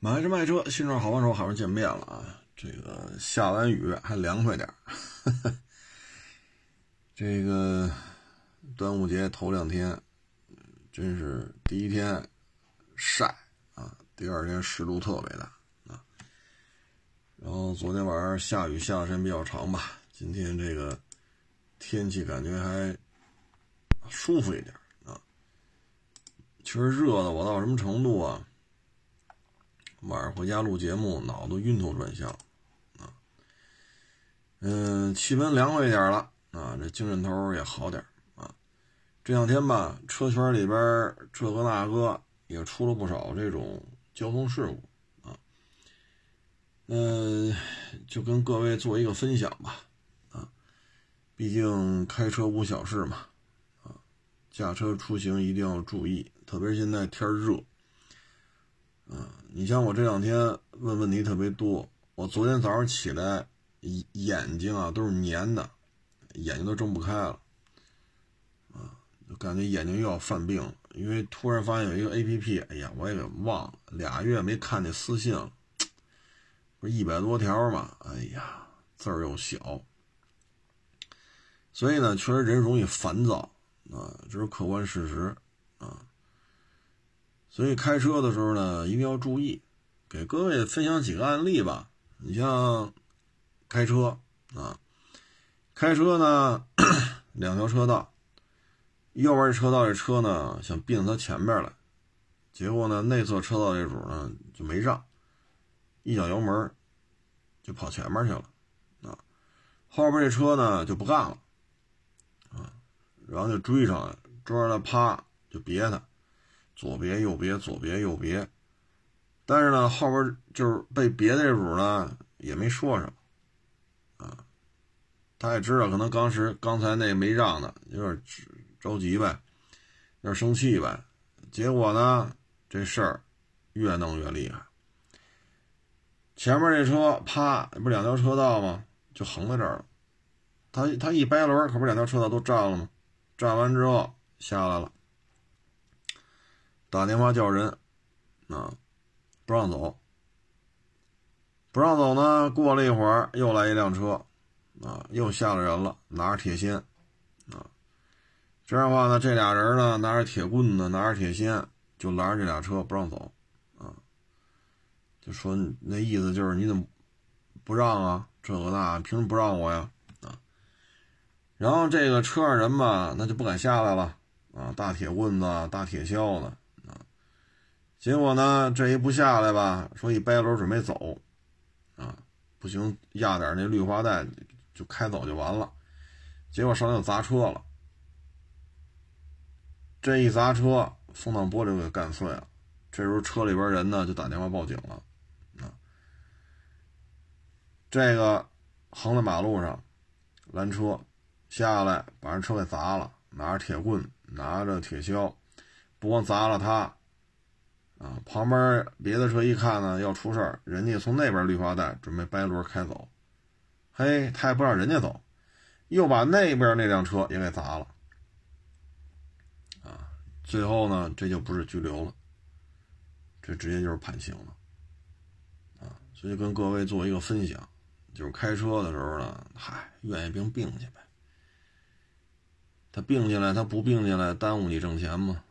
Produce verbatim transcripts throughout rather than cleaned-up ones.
买车卖车，新车好帮手，好人见面了啊！这个下完雨还凉快点这个端午节头两天，真是第一天晒啊，第二天湿度特别大啊。然后昨天晚上下雨下的时间比较长吧，今天这个天气感觉还舒服一点啊。其实热的我到什么程度啊？晚上回家录节目，脑子晕头转向啊。嗯，气温凉快一点了啊，这精神头也好点啊。这两天吧，车圈里边这个那个也出了不少这种交通事故啊。嗯，就跟各位做一个分享吧啊。毕竟开车无小事嘛啊，驾车出行一定要注意，特别是现在天热。啊，你像我这两天问问题特别多，我昨天早上起来眼睛啊都是黏的，眼睛都睁不开了啊，就感觉眼睛又要犯病了，因为突然发现有一个 A P P， 哎呀我也给忘了，俩月没看见私信了，不是一百多条嘛，哎呀字儿又小，所以呢确实人容易烦躁啊，这是客观事实啊。所以开车的时候呢，一定要注意。给各位分享几个案例吧。你像开车啊，开车呢，两条车道，右边车道这车呢想并它前面来，结果呢内侧车道这主呢就没让，一脚油门就跑前面去了啊。后边这车呢就不干了啊，然后就追上来，追上来啪就别他。左别右别左别右别，但是呢后边就是被别的这主呢也没说什么啊，他也知道可能当时刚才那没让的有点着急呗，有点生气呗，结果呢这事儿越弄越厉害，前面这车啪不是两条车道吗，就横在这儿了，他他一掰轮可不是两条车道都占了吗，占完之后下来了，打电话叫人啊，不让走，不让走呢。过了一会儿，又来一辆车，啊，又下了人了，拿着铁锨，啊，这样的话呢，这俩人呢拿着铁棍子，拿着铁锨，就拦着这俩车不让走，啊，就说那意思就是你怎么不让啊？这个那凭什么不让我呀？啊，然后这个车上人吧，那就不敢下来了，啊，大铁棍子，大铁锹的。结果呢，这一不下来吧，说一掰轮准备走，啊，不行，压点那绿化带就开走就完了。结果上来就砸车了，这一砸车，风挡玻璃给干碎了。这时候车里边人呢就打电话报警了，啊，这个横在马路上拦车，下来把人车给砸了，拿着铁棍，拿着铁锹，不光砸了他。啊，旁边别的车一看呢要出事儿，人家从那边绿化带准备掰轮开走，嘿，他也不让人家走，又把那边那辆车也给砸了，啊，最后呢这就不是拘留了，这直接就是判刑了，啊，所以跟各位做一个分享，就是开车的时候呢，嗨，愿意并并去呗，他并进来他不并进来耽误你挣钱吗？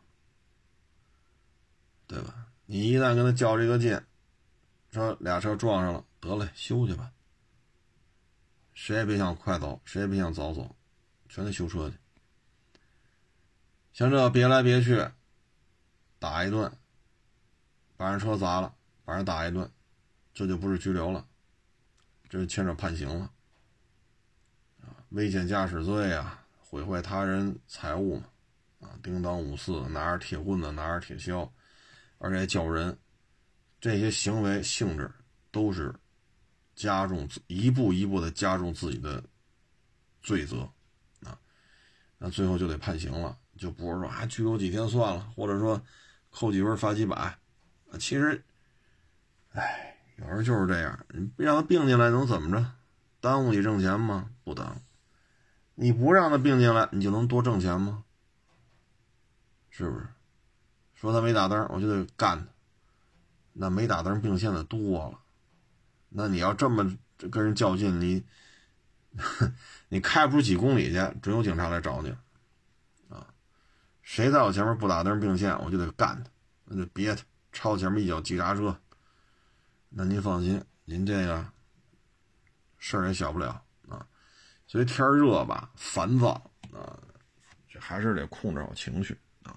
对吧？你一旦跟他较这个劲，说俩车撞上了，得嘞，修去吧。谁也别想快走，谁也别想早走，全得修车去。像这别来别去，打一顿，把人车砸了，把人打一顿，这就不是拘留了，这就牵扯判刑了。危险驾驶罪啊，毁坏他人财物嘛，啊，叮当五四，拿着铁棍子，拿着铁锹。而且叫人，这些行为性质都是加重一步一步的加重自己的罪责啊，那最后就得判刑了，就不是说啊拘留几天算了，或者说扣几分罚几百啊，其实，哎，有时候就是这样，你让他并进来能怎么着？耽误你挣钱吗？不耽误。你不让他并进来，你就能多挣钱吗？是不是？说他没打灯，我就得干那没打灯并线的多了。那你要这么跟人较劲，你你开不出几公里去，准有警察来找你啊！谁在我前面不打灯并线，我就得干他，那就别他，超前面一脚急刹车。那您放心，您这个事儿也小不了啊。所以天热吧，烦躁啊，这还是得控制好情绪啊。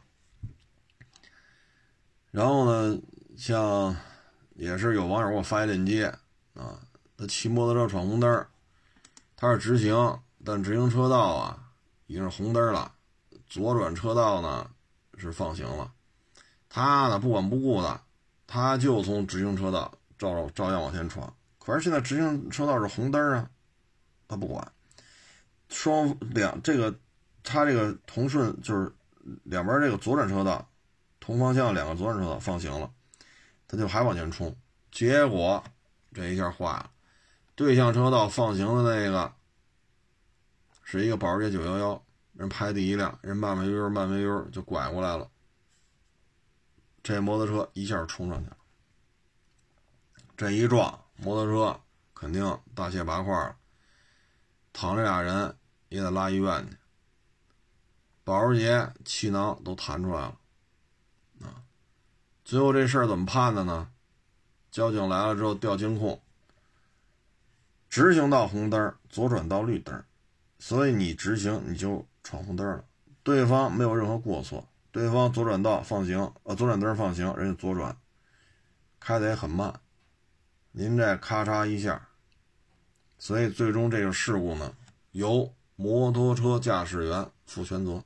然后呢，像也是有网友给我发一链接啊，他骑摩托车闯红灯，他是直行，但直行车道啊已经是红灯了，左转车道呢是放行了，他呢不管不顾的，他就从直行车道照照样往前闯。可是现在直行车道是红灯啊，他不管。双两这个他这个同顺就是两边这个左转车道同方向两个左转车道放行了，他就还往前冲，结果这一下坏了。对向车道放行的那个是一个保时捷九一一，人排第一辆，人慢慢悠悠慢慢悠悠就拐过来了，这摩托车一下冲上去了，这一撞摩托车肯定大卸八块了，躺着俩人也得拉医院去，保时捷气囊都弹出来了啊！最后这事儿怎么判的呢？交警来了之后调监控，直行到红灯，左转到绿灯，所以你直行你就闯红灯了，对方没有任何过错，对方左转道放行，呃，左转灯放行，人家左转，开得也很慢，您这咔嚓一下，所以最终这个事故呢，由摩托车驾驶员负全责。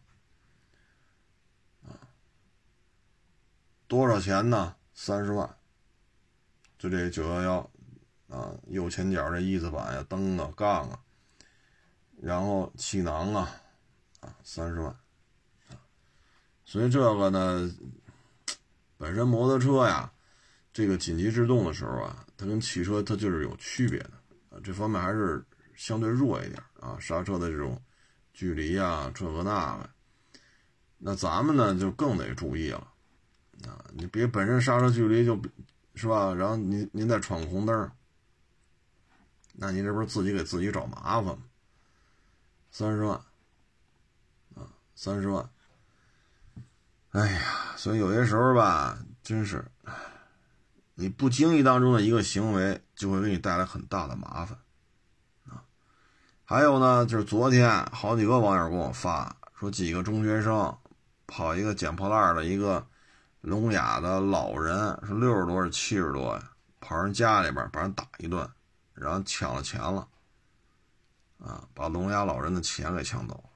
多少钱呢？三十万。就这九一一啊，右前角这翼子板呀、灯啊、杠啊，然后气囊啊，啊，三十万。所以这个呢，本身摩托车呀，这个紧急制动的时候啊，它跟汽车它就是有区别的啊，这方面还是相对弱一点啊，刹车的这种距离啊，这个那个。那咱们呢就更得注意了啊，你别本身刹车距离就是吧，然后您您再闯红灯，那您这不是自己给自己找麻烦吗？三十万啊，三十万。哎呀，所以有些时候吧，真是你不经意当中的一个行为，就会给你带来很大的麻烦啊。还有呢，就是昨天好几个网友跟我发说，几个中学生跑一个捡破烂的一个聋哑的老人，是六十多是七十多呀，跑人家里边把人打一顿，然后抢了钱了啊，把聋哑老人的钱给抢走了。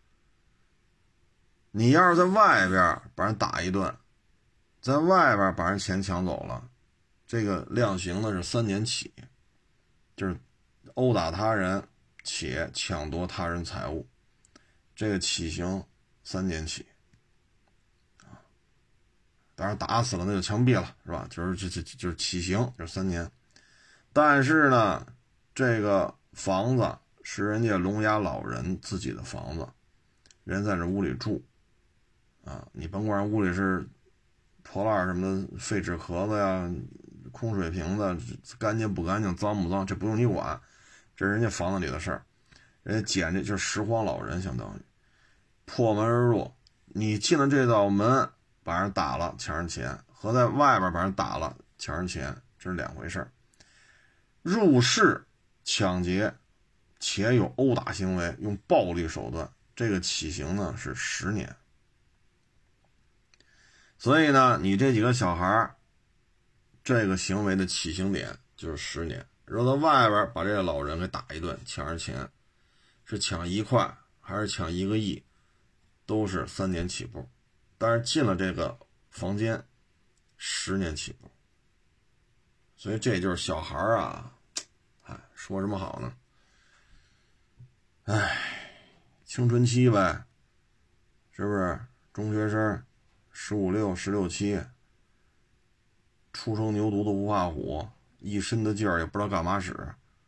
你要是在外边把人打一顿，在外边把人钱抢走了，这个量刑呢是三年起，就是殴打他人且抢夺他人财物，这个起刑三年起。当然打死了那就枪毙了，是吧？就是就就就是起刑就是三年。但是呢，这个房子是人家聋哑老人自己的房子，人在这屋里住啊，你甭管屋里是破烂什么的，废纸壳子呀、空水瓶子，干净不干净、脏不脏，这不用你管，这是人家房子里的事儿。人家捡这就是拾荒老人，相当于破门而入，你进了这道门把人打了抢人钱，和在外边把人打了抢人钱，这是两回事。入室抢劫且有殴打行为，用暴力手段，这个起刑呢是十年。所以呢，你这几个小孩这个行为的起刑点就是十年。如果在外边把这个老人给打一顿抢人钱，是抢一块还是抢一个亿，都是三年起步。但是进了这个房间十年起步。所以这就是小孩啊，哎，说什么好呢？哎，青春期呗，是不是？中学生十五六、十六七，初生牛犊都不怕虎，一身的劲儿也不知道干嘛使，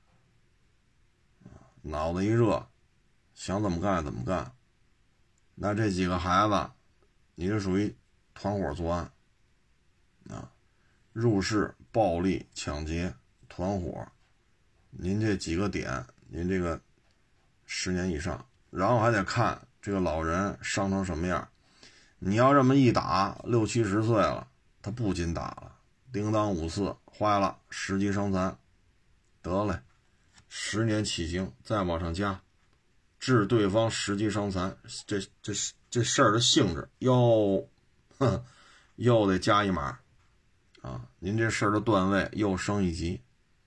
脑子一热，想怎么干怎么干。那这几个孩子，你是属于团伙作案啊？ 入室、暴力、抢劫、团伙，您这几个点，您这个十年以上，然后还得看这个老人伤成什么样。你要这么一打，六七十岁了，他不禁打了，叮当五四，坏了，十级伤残，得嘞，十年起刑，再往上加，致对方十级伤残，这这这事儿的性质又，哼，又得加一码啊！您这事儿的段位又升一级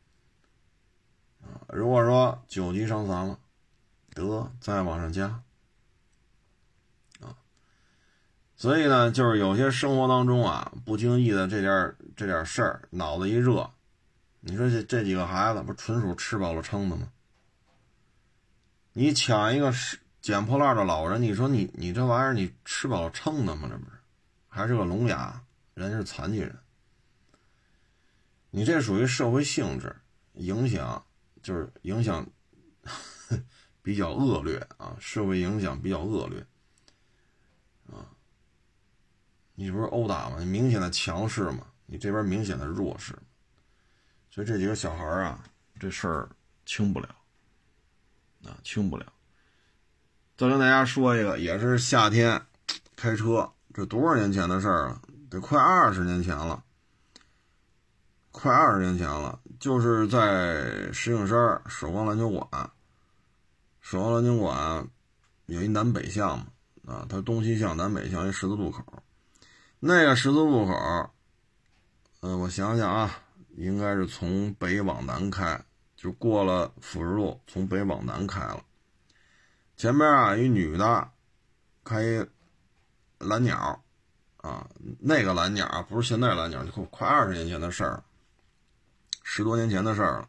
啊！如果说九级伤残了，得再往上加。所以呢，就是有些生活当中啊，不经意的这点这点事儿，脑子一热，你说这这几个孩子不纯属吃饱了撑的吗？你抢一个捡破烂的老人，你说你你这玩意儿你吃饱了撑的吗？这不是，还是个聋哑，人家是残疾人，你这属于社会性质，影响就是影响比较恶劣啊，社会影响比较恶劣啊。你不是殴打吗？你明显的强势嘛，你这边明显的弱势，所以这几个小孩啊，这事儿轻不了啊，轻不了。再跟大家说一个，也是夏天开车，这多少年前的事儿啊？得快二十年前了，快二十年前了，就是在石景山首光篮球馆，首光篮球馆有一南北向嘛，啊，它东西向南北向一十字路口。那个十字路口，呃，我想想啊，应该是从北往南开，就过了辅仁路，从北往南开了。前面啊，一女的开一蓝鸟啊，那个蓝鸟啊，不是现在蓝鸟，就快二十年前的事儿，十多年前的事儿了。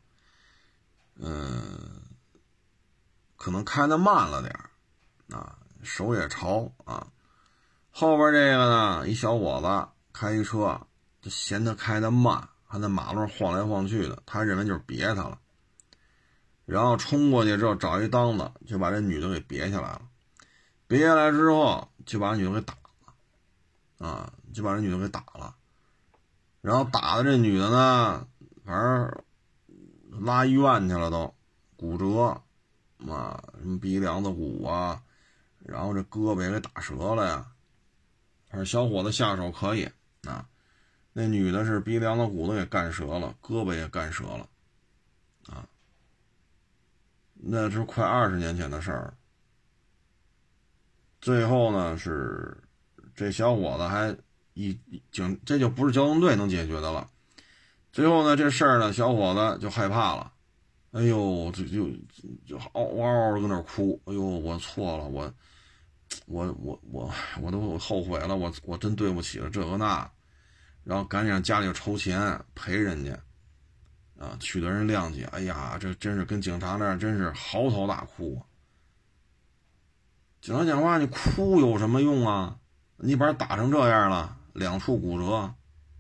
嗯，可能开的慢了点啊，手也潮啊。后边这个呢，一小伙子开一车，就嫌他开的慢，还在马路上晃来晃去的，他认为就是别他了，然后冲过去之后找一裆子，就把这女的给别下来了。别下来之后，就把女的给打了，啊，就把这女的给打了。然后打的这女的呢，反正拉医院去了都，骨折，啊，什么鼻梁子骨啊，然后这胳膊也给打折了呀。反正小伙子下手可以啊，那女的是鼻梁子骨都给干折了，胳膊也干折了，啊，那是快二十年前的事儿。最后呢，是这小伙子还一警，这就不是交通队能解决的了。最后呢，这事儿呢，小伙子就害怕了，哎呦，就就就嗷嗷的跟那哭，哎呦，我错了，我。我我我我都后悔了，我我真对不起了这个那，然后赶紧让家里筹钱赔人家，啊，取得人谅解。哎呀，这真是跟警察那儿真是嚎啕大哭啊！警察讲话，你哭有什么用啊？你把人打成这样了，两处骨折，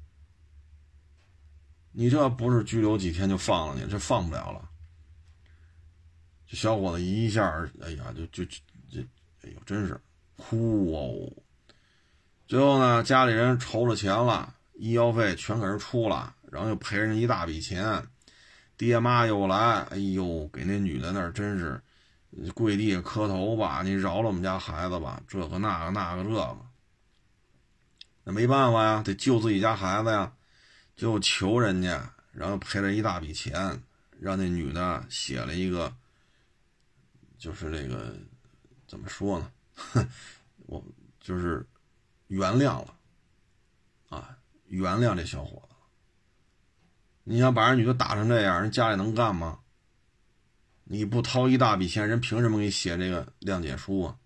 你这不是拘留几天就放了你，这放不了了。这小伙子一下，哎呀，就就就，哎呦，真是哭哦！最后呢，家里人筹了钱了，医药费全给人出了，然后又赔人一大笔钱，爹妈又来，哎呦，给那女的那儿真是跪地磕头吧，你饶了我们家孩子吧，这个那个那个这个，那没办法呀，得救自己家孩子呀，就求人家，然后赔了一大笔钱，让那女的写了一个。就是这个怎么说呢？我就是原谅了啊，原谅这小伙子。你想把人女的打成这样，人家里能干吗？你不掏一大笔钱，人凭什么给你写这个谅解书啊？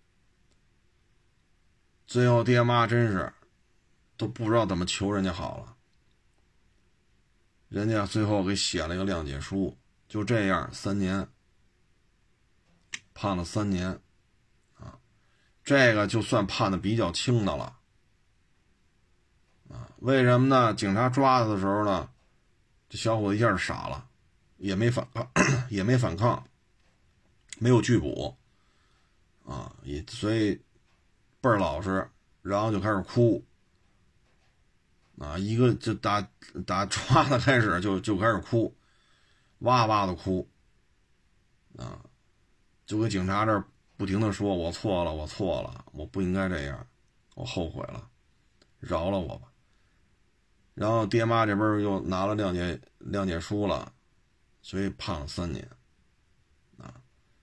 最后爹妈真是都不知道怎么求人家好了，人家最后给写了一个谅解书，就这样三年。判了三年，啊，这个就算判的比较轻的了，啊，为什么呢？警察抓他的时候呢，这小伙子一下傻了，也没反抗，也没反抗，没有拒捕，啊，也所以倍儿老实，然后就开始哭， 啊，一个就打打抓的开始就就开始哭，哇哇的哭，啊，就给警察这儿不停的说，我错了，我错了，我不应该这样，我后悔了，饶了我吧。然后爹妈这边又拿了谅解谅解书了，所以判了三年，啊，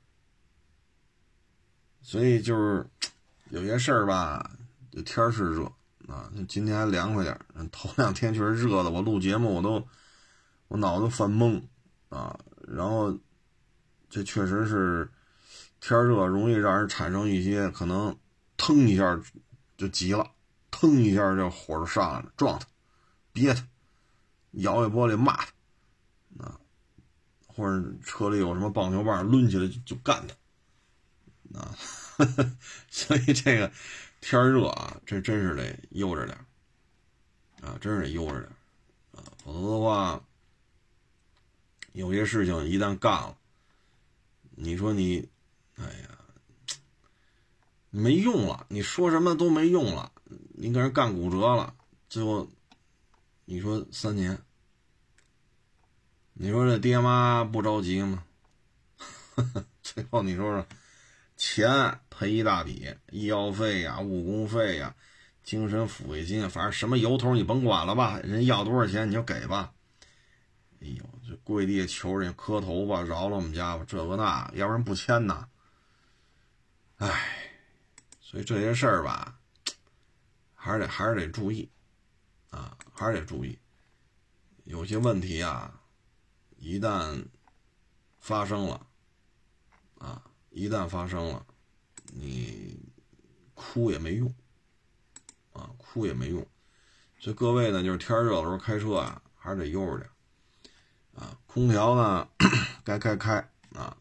所以就是有些事儿吧，就天是热啊，今天还凉快点，头两天确实热的，我录节目我都我脑子犯懵啊，然后这确实是天热容易让人产生一些可能腾一下就急了，腾一下这火就上来了，撞他，憋他，摇下玻璃骂他啊，或者车里有什么棒球棒抡起来就就干他啊，呵呵，所以这个天热啊，这真是得悠着点啊，真是得悠着点啊，否则的话，有些事情一旦干了，你说你，哎呀，没用了，你说什么都没用了，你给人干骨折了，最后你说三年，你说这爹妈不着急吗？最后你说说，钱赔一大笔，医药费呀、误工费呀、精神抚慰金，反正什么由头你甭管了吧，人要多少钱你就给吧。哎呦，这跪地求人磕头吧，饶了我们家吧，这个那，要不然不签呐。唉，所以这些事儿吧，还是得还是得注意啊，还是得注意。有些问题啊，一旦发生了啊，一旦发生了，你哭也没用啊，哭也没用。所以各位呢，就是天热的时候开车啊，还是得悠着点啊。空调呢，该开开啊。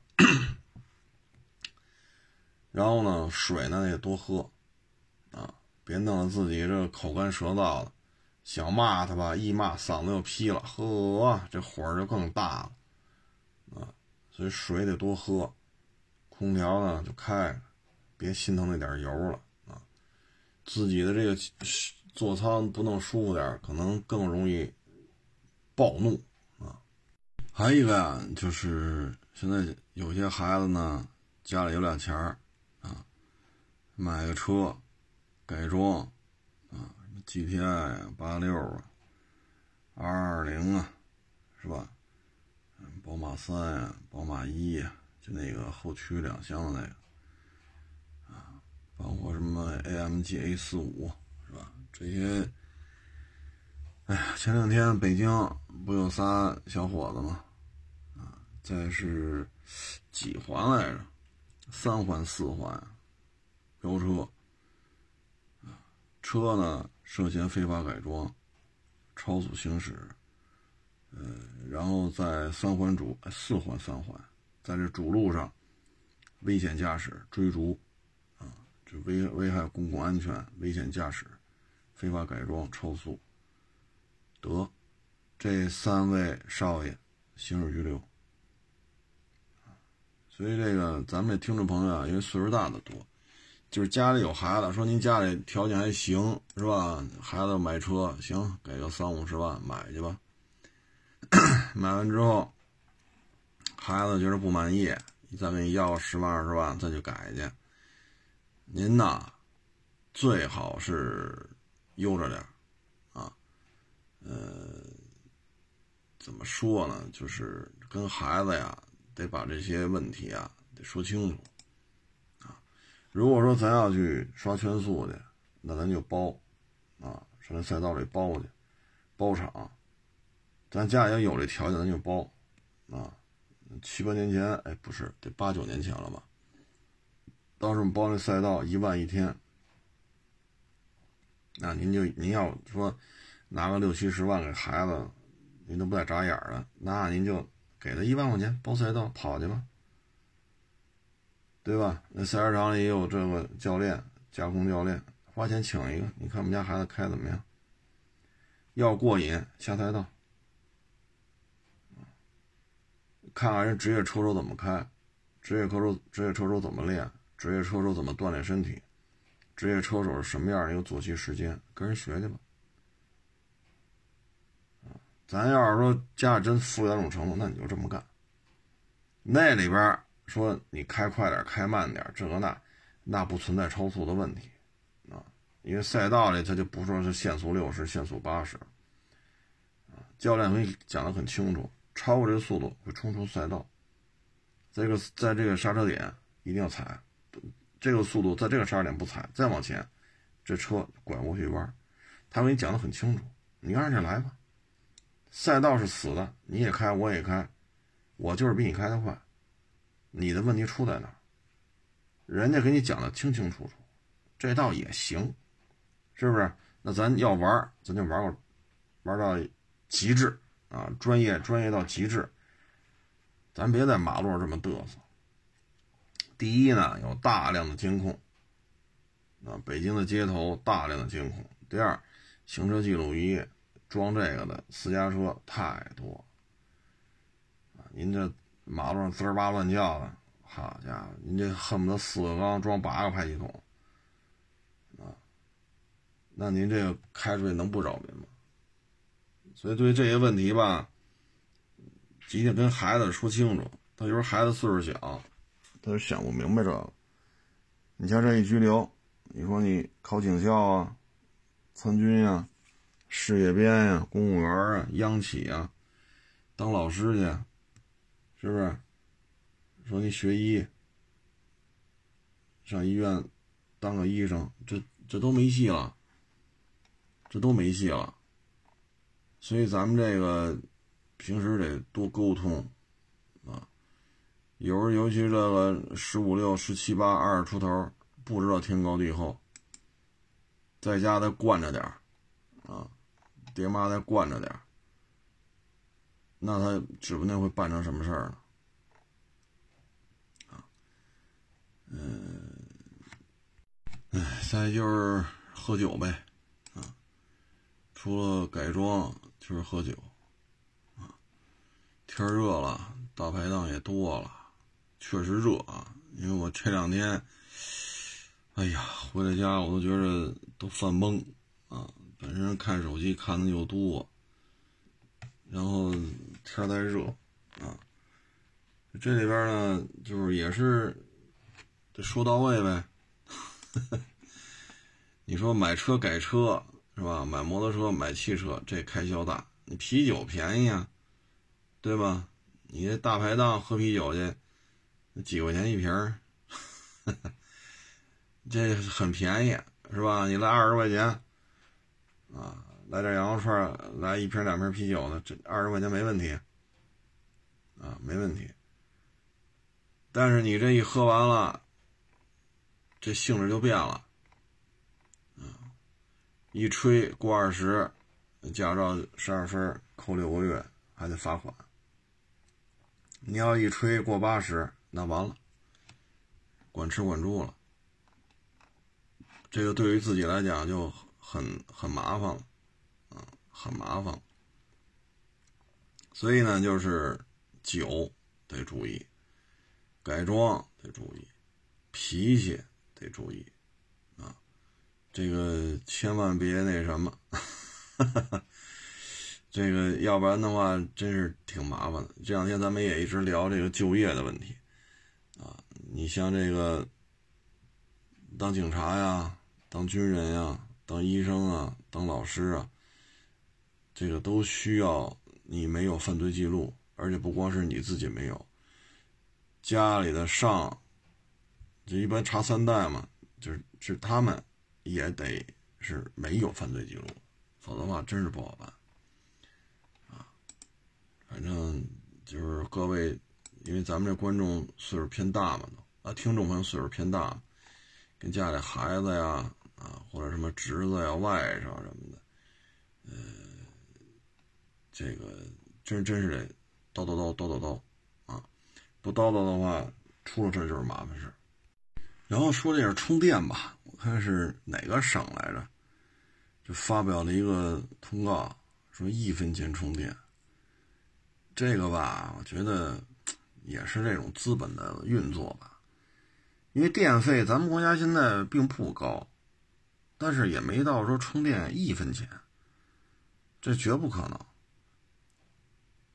然后呢，水呢也多喝啊，别弄得自己这口干舌燥的，想骂他吧，一骂嗓子又劈了，呵，这火就更大了啊。所以水得多喝，空调呢就开，别心疼那点油了啊。自己的这个座舱不弄舒服点，可能更容易暴怒啊。还有一个呀，就是现在有些孩子呢，家里有俩钱儿啊，买个车改装啊，什么 G T I 啊、八六啊、二二零啊，是吧？宝马三啊、宝马一啊，就那个后驱两厢的那个啊，包括什么 A M G A 四五是吧？这些，哎呀，前两天北京不有仨小伙子吗？啊，再是几环来着？三环四环飙车。车呢涉嫌非法改装、超速行驶，呃，然后在三环主、四环三环，在这主路上危险驾驶追逐，啊，这危危害公共安全、危险驾驶、非法改装、超速，得这三位少爷刑事拘留。所以这个咱们这听众朋友啊，因为岁数大的多。就是家里有孩子，说您家里条件还行是吧？孩子买车行，给个三五十万买去吧。买完之后，孩子觉得不满意，再给你要个十万二十万，再去改去。您呐，最好是悠着点啊。呃，怎么说呢？就是跟孩子呀，得把这些问题啊得说清楚。如果说咱要去刷圈速去，那咱就包啊，上那赛道里包去，包场。咱家也有这条件，咱就包啊。七八年前，哎，不是，得八九年前了吧？当时我们包那赛道一万一天，那您就您要说拿个六七十万给孩子，您都不带眨眼的，那您就给他一万块钱包赛道跑去吧。对吧？那赛车场里也有这个教练，驾控教练，花钱请一个，你看我们家孩子开怎么样？要过瘾，下赛道，看看人职业车手怎么开，职业车手职业车手怎么练，职业车手怎么锻炼身体，职业车手是什么样的一个作息时间，跟人学去吧。 咱要是说家里真富裕到这种程度，那你就这么干。那里边说你开快点开慢点这个那那不存在超速的问题啊，因为赛道里它就不说是限速六十限速八十啊，教练会讲得很清楚，超过这个速度会冲出赛道，这个在这个刹车点一定要踩，这个速度在这个刹车点不踩再往前这车拐过去弯，他给你讲得很清楚，你按着来吧，赛道是死的，你也开我也开，我就是比你开得快，你的问题出在哪儿？人家给你讲的清清楚楚，这倒也行，是不是？那咱要玩，咱就玩个玩到极致啊，专业专业到极致，咱别在马路上这么嘚瑟。第一呢，有大量的监控啊，北京的街头大量的监控。第二，行车记录仪装这个的私家车太多啊，您这马路上滋儿吧乱叫的，好家伙，您这恨不得四个缸装八个排气筒啊，那您这个开出去能不扰民吗？所以对于这些问题吧，一定跟孩子说清楚。他有时候孩子岁数小，他就想不明白这个。你像这一拘留，你说你考警校啊、参军啊、事业编呀、公务员啊、央企啊，当老师去，是不是？说你学医，上医院当个医生，这这都没戏了，这都没戏了。所以咱们这个平时得多沟通啊。有时候尤其这个十五六、十七八、二十出头，不知道天高地厚，在家再惯着点啊，爹妈再惯着点，那他指不定会办成什么事儿呢？啊，嗯，哎，再就是喝酒呗，啊，除了改装就是喝酒，啊，天热了，大排档也多了。确实热啊，因为我这两天，哎呀，回到家我都觉得都犯懵啊。本身看手机看的又多，然后天再热啊，这里边呢就是也是得说到位呗。你说买车改车是吧？买摩托车买汽车这开销大，你啤酒便宜啊，对吧？你这大排档喝啤酒去。几块钱一瓶儿，这很便宜是吧？你来二十块钱啊，来点羊肉串，来一瓶两瓶啤酒的，这二十块钱没问题啊，没问题。但是你这一喝完了，这性质就变了啊！一吹过二十，驾照十二分扣六个月，还得罚款。你要一吹过八十。那完了，管吃管住了，这个对于自己来讲就很很麻烦了啊，很麻烦。所以呢，就是酒得注意，改装得注意，脾气得注意啊，这个千万别那什么，这个要不然的话真是挺麻烦的。这两天咱们也一直聊这个就业的问题。啊，你像这个当警察呀，当军人呀，当医生啊，当老师啊，这个都需要你没有犯罪记录，而且不光是你自己没有，家里的上，就一般查三代嘛，就是是他们也得是没有犯罪记录，否则的话真是不好办啊。反正就是各位。因为咱们这观众岁数偏大嘛，都啊，听众朋友岁数偏大，跟家里孩子呀，啊，或者什么侄子呀、外甥什么的，呃，这个真真是得叨叨叨叨叨叨啊，不叨叨的话，出了事就是麻烦事。然后说这点充电吧，我看是哪个省来着，就发表了一个通告，说一分钱充电。这个吧，我觉得。也是这种资本的运作吧，因为电费咱们国家现在并不高，但是也没到说充电一分钱，这绝不可能。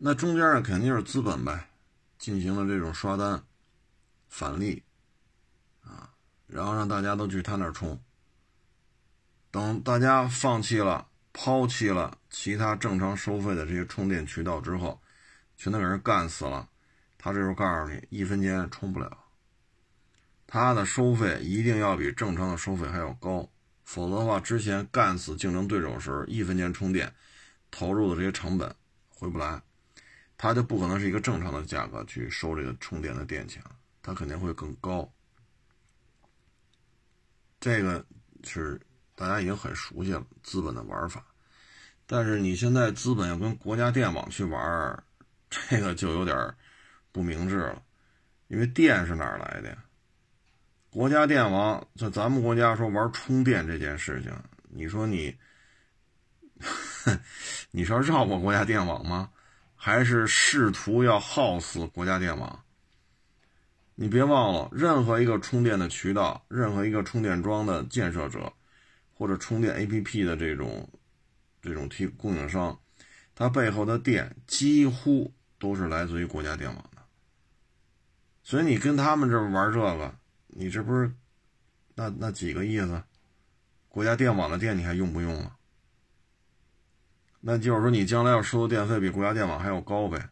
那中间肯定是资本呗，进行了这种刷单返利啊，然后让大家都去他那儿充。等大家放弃了抛弃了其他正常收费的这些充电渠道之后，全都给人干死了，他这时候告诉你一分钱充不了，他的收费一定要比正常的收费还要高，否则的话之前干死竞争对手时一分钱充电投入的这些成本回不来，他就不可能是一个正常的价格去收这个充电的电钱，他肯定会更高。这个是大家已经很熟悉了资本的玩法，但是你现在资本要跟国家电网去玩，这个就有点不明智了。因为电是哪儿来的呀？国家电网在咱们国家说玩充电这件事情，你说你你是要绕过国家电网吗？还是试图要耗死国家电网？你别忘了，任何一个充电的渠道，任何一个充电桩的建设者，或者充电 A P P 的这种这种提供应商，它背后的电几乎都是来自于国家电网的。所以你跟他们这玩这个，你这不是那那几个意思？国家电网的电你还用不用了？那就是说你将来要收的电费比国家电网还要高呗。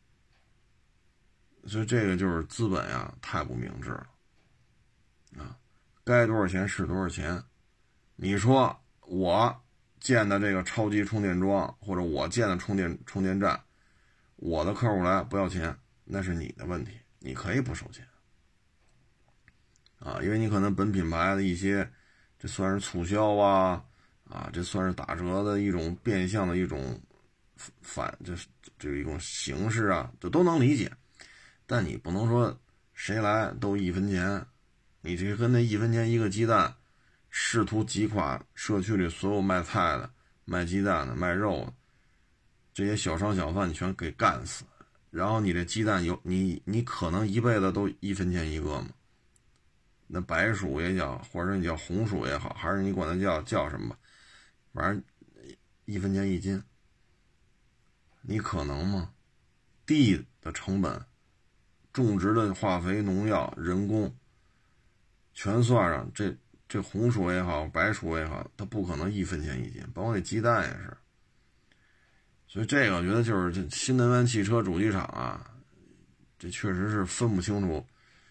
所以这个就是资本呀，太不明智了啊！该多少钱是多少钱。你说我建的这个超级充电桩，或者我建的充电充电站，我的客户来不要钱，那是你的问题，你可以不收钱啊，因为你可能本品牌的一些，这算是促销啊，啊，这算是打折的一种变相的一种反，这这一种形式啊，这都能理解。但你不能说谁来都一分钱，你这跟那一分钱一个鸡蛋，试图击垮社区里所有卖菜的、卖鸡蛋的、卖肉的这些小商小贩，你全给干死。然后你这鸡蛋有你你可能一辈子都一分钱一个吗？那白薯也叫，或者你叫红薯也好，还是你管它叫叫什么吧，反正一分钱一斤，你可能吗？地的成本，种植的化肥、农药、人工，全算上，这这红薯也好，白薯也好，它不可能一分钱一斤，包括那鸡蛋也是。所以这个我觉得就是这新能源汽车主机厂啊，这确实是分不清楚，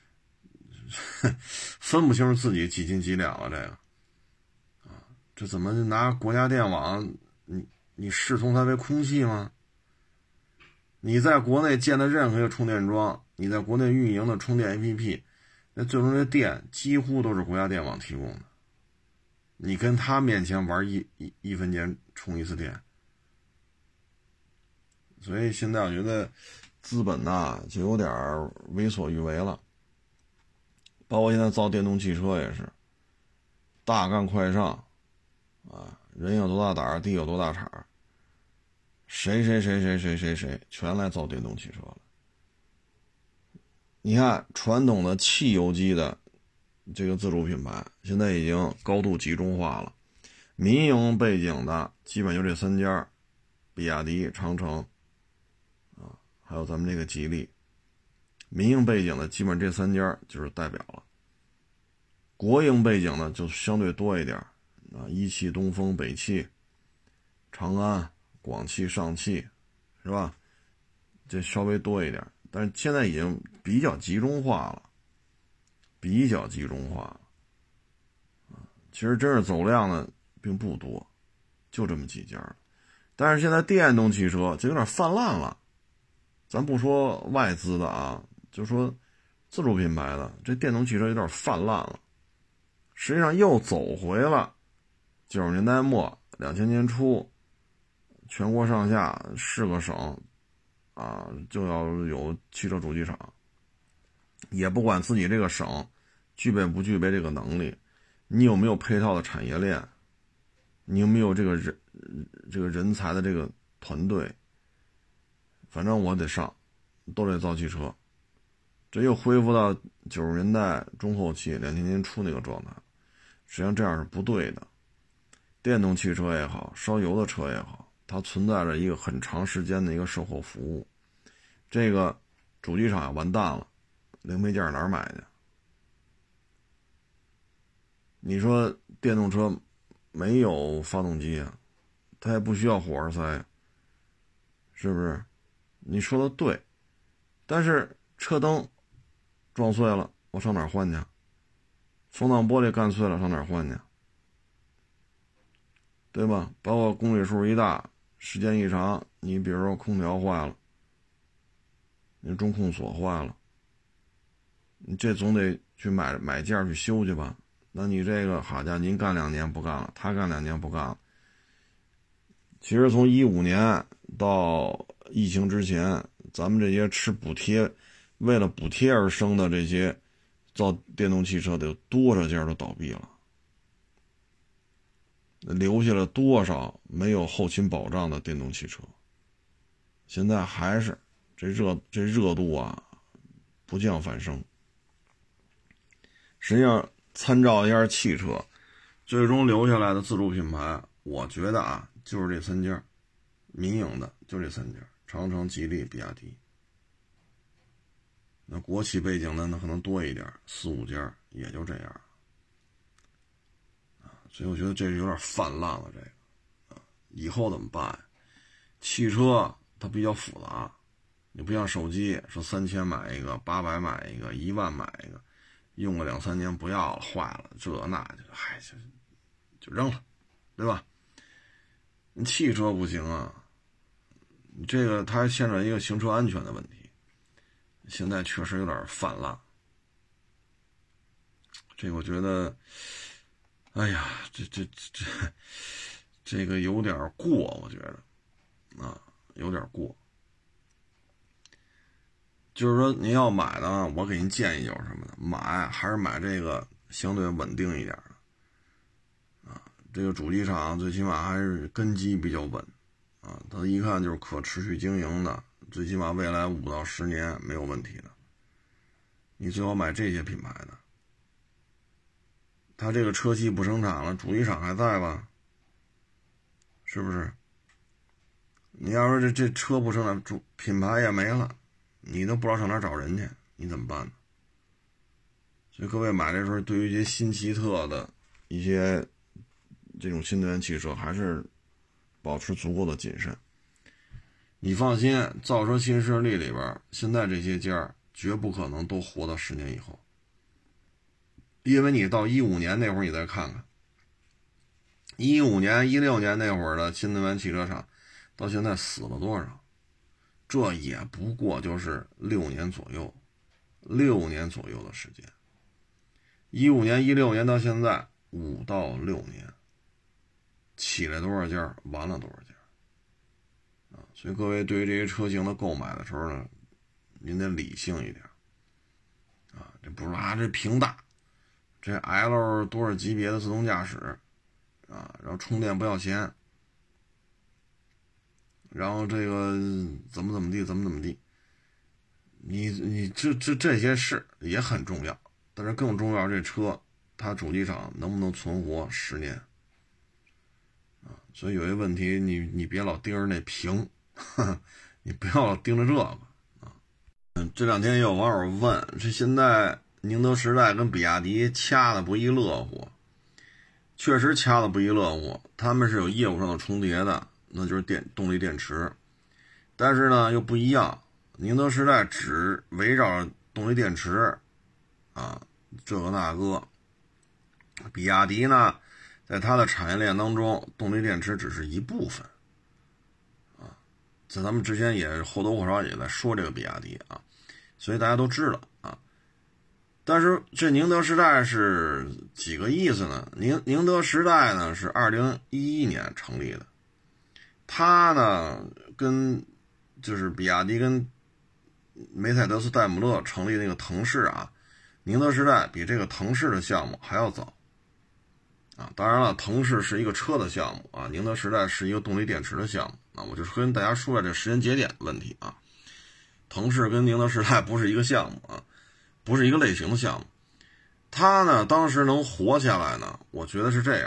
分不清楚自己几斤几两了。这个啊，这怎么拿国家电网，你你视同它为空气吗？你在国内建的任何一个充电桩，你在国内运营的充电 A P P， 那最终的电几乎都是国家电网提供的。你跟他面前玩一一一分钱充一次电，所以现在我觉得资本呐就有点为所欲为了。包括现在造电动汽车也是大干快上啊，人有多大胆，地有多大产，谁谁谁谁谁谁谁全来造电动汽车了。你看传统的汽油机的这个自主品牌现在已经高度集中化了，民营背景的基本就这三家，比亚迪、长城啊，还有咱们这个吉利。民营背景的基本这三家就是代表了，国营背景的就相对多一点啊，一汽、东风、北汽、长安、广汽、上汽，是吧？这稍微多一点，但是现在已经比较集中化了，比较集中化了。其实真是走量的并不多，就这么几家。但是现在电动汽车就有点泛滥了，咱不说外资的啊，就说自主品牌的，这电动汽车有点泛滥了。实际上又走回了九十年代末两千年初，全国上下是个省啊就要有汽车主机厂，也不管自己这个省具备不具备这个能力，你有没有配套的产业链，你有没有这个人这个人才的这个团队，反正我得上，都得造汽车。这又恢复到九十年代中后期两千年初那个状态，实际上这样是不对的。电动汽车也好，烧油的车也好， 它存在着一个很长时间的一个售后服务。这个主机厂完蛋了，零配件哪儿买去？你说电动车没有发动机啊，它也不需要火花塞，是不是？你说的对，但是车灯撞碎了，我上哪儿换去？风挡玻璃干碎了，上哪儿换去？对吧？包括公里数一大，时间一长，你比如说空调坏了，你中控锁坏了，你这总得去买买件去修去吧？那你这个好家伙，您干两年不干了，他干两年不干了。其实从一五年到疫情之前，咱们这些吃补贴，为了补贴而生的这些造电动汽车的有多少家都倒闭了，留下了多少没有后勤保障的电动汽车。现在还是这热这热度啊不降反升。实际上参照一下汽车最终留下来的自主品牌，我觉得啊就是这三家，民营的就这三家，长城、吉利、比亚迪。那国企背景的那可能多一点，四五家也就这样啊。所以我觉得这是有点泛滥了，这个啊，以后怎么办？汽车它比较复杂，你不像手机，说三千买一个，八百买一个，一万买一个，用个两三年不要了，坏了，这那就嗨就就扔了，对吧？你汽车不行啊，你这个它还牵扯一个行车安全的问题，现在确实有点泛滥。这个我觉得，哎呀，这这这这个有点过，我觉得啊，有点过。就是说您要买呢，我给您建议就是什么呢？买还是买这个相对稳定一点的啊，这个主机厂最起码还是根基比较稳啊，它一看就是可持续经营的，最起码未来五到十年没有问题的。你最好买这些品牌的，它这个车系不生产了，主机厂还在吧？是不是？你要说这这车不生产，主品牌也没了，你都不知道上哪找人去，你怎么办呢？所以各位买这时候，对于一些新奇特的一些这种新能源汽车，还是保持足够的谨慎。你放心，造车新势力里边，现在这些家绝不可能都活到十年以后，因为你到一五年那会儿，你再看看，一五年、一六年那会儿的新能源汽车厂，到现在死了多少？这也不过就是六年左右，六年左右的时间。一五年、一六年到现在五到六年，起来多少家，完了多少家啊！所以各位对于这些车型的购买的时候呢，您得理性一点啊！这不是啊，这屏大，这 L 多少级别的自动驾驶啊，然后充电不要钱。然后这个怎么怎么地，怎么怎么地，你你这这这些事也很重要，但是更重要，这车它主机厂能不能存活十年啊？所以有些问题你你别老盯着那屏，呵呵，你不要老盯着这个啊。嗯，这两天也有网友问，这现在宁德时代跟比亚迪掐的不亦乐乎？确实掐的不亦乐乎，他们是有业务上的重叠的。那就是电动力电池，但是呢又不一样。宁德时代只围绕动力电池啊，这个那个。比亚迪呢，在它的产业链当中，动力电池只是一部分啊。在咱们之前也或多或少也在说这个比亚迪啊，所以大家都知道啊。但是这宁德时代是几个意思呢？宁宁德时代呢是二零一一年成立的。它呢跟就是比亚迪跟梅赛德斯戴姆勒成立那个腾势啊，宁德时代比这个腾势的项目还要早啊。当然了，腾势是一个车的项目啊，宁德时代是一个动力电池的项目啊。我就跟大家说了这时间节点的问题啊，腾势跟宁德时代不是一个项目啊，不是一个类型的项目。它呢当时能活下来呢，我觉得是这样，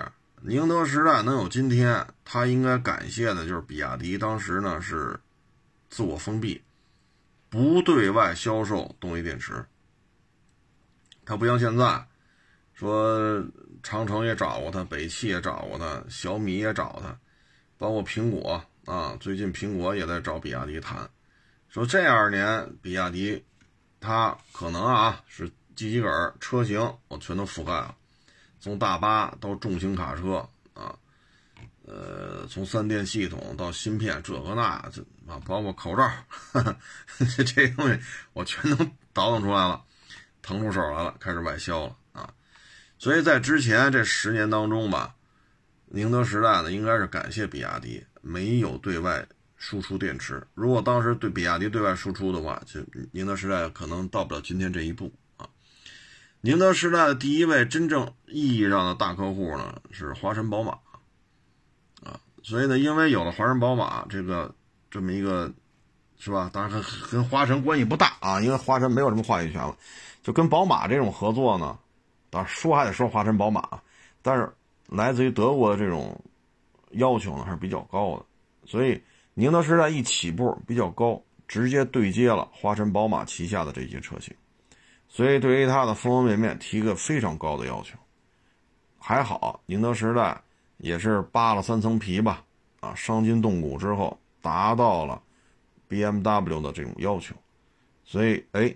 宁德时代能有今天，他应该感谢的就是比亚迪当时呢是自我封闭，不对外销售动力电池。他不像现在说长城也找过他，北汽也找过他，小米也找他，包括苹果啊，最近苹果也在找比亚迪谈，说这二年比亚迪它可能啊是机器杆车型我全都覆盖了，从大巴到重型卡车啊，呃，从三电系统到芯片这个那这啊，包括口罩，呵呵这这东西我全都倒腾出来了，腾出手来了，开始外销了啊。所以在之前这十年当中吧，宁德时代呢应该是感谢比亚迪没有对外输出电池。如果当时对比亚迪对外输出的话，就宁德时代可能到不了今天这一步啊。宁德时代的第一位真正意义上的大客户呢是华晨宝马啊，所以呢，因为有了华晨宝马这个这么一个是吧？当然跟跟华晨关系不大啊，因为华晨没有什么话语权了，就跟宝马这种合作呢，当然说还得说华晨宝马，但是来自于德国的这种要求呢还是比较高的，所以宁德时代一起步比较高，直接对接了华晨宝马旗下的这些车型，所以对于它的方方面面提个非常高的要求。还好宁德时代也是扒了三层皮吧，啊，伤筋动骨之后达到了 B M W 的这种要求，所以哎，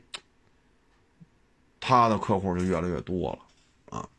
他的客户就越来越多了啊。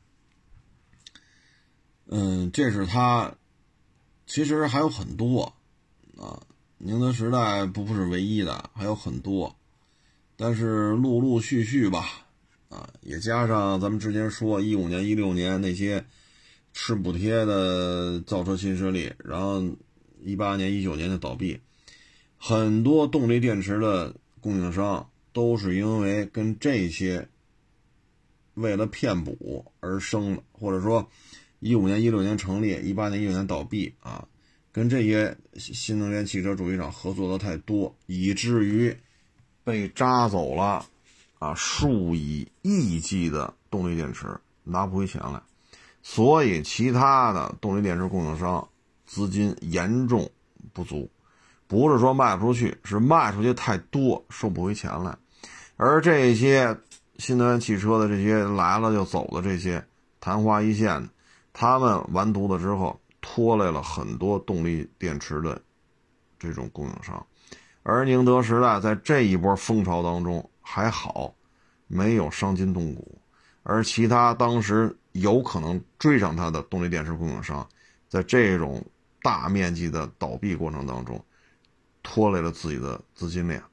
嗯，这是他，其实还有很多啊，宁德时代不是唯一的，还有很多，但是陆陆续续吧，啊，也加上咱们之前说一五年、一六年那些吃补贴的造车新势力，然后一八年、一九年的倒闭，很多动力电池的供应商都是因为跟这些为了骗补而生的，或者说一五年、一六年成立，一八年、一九年倒闭啊，跟这些新能源汽车主机厂合作的太多，以至于被扎走了啊数以亿计的动力电池，拿不回钱来。所以其他的动力电池供应商资金严重不足，不是说卖不出去，是卖出去太多收不回钱来。而这些新能源汽车的这些来了就走的这些昙花一现的，他们完犊子之后拖累了很多动力电池的这种供应商。而宁德时代在这一波风潮当中还好没有伤筋动骨，而其他当时有可能追上它的动力电池供应商，在这种大面积的倒闭过程当中拖累了自己的资金链。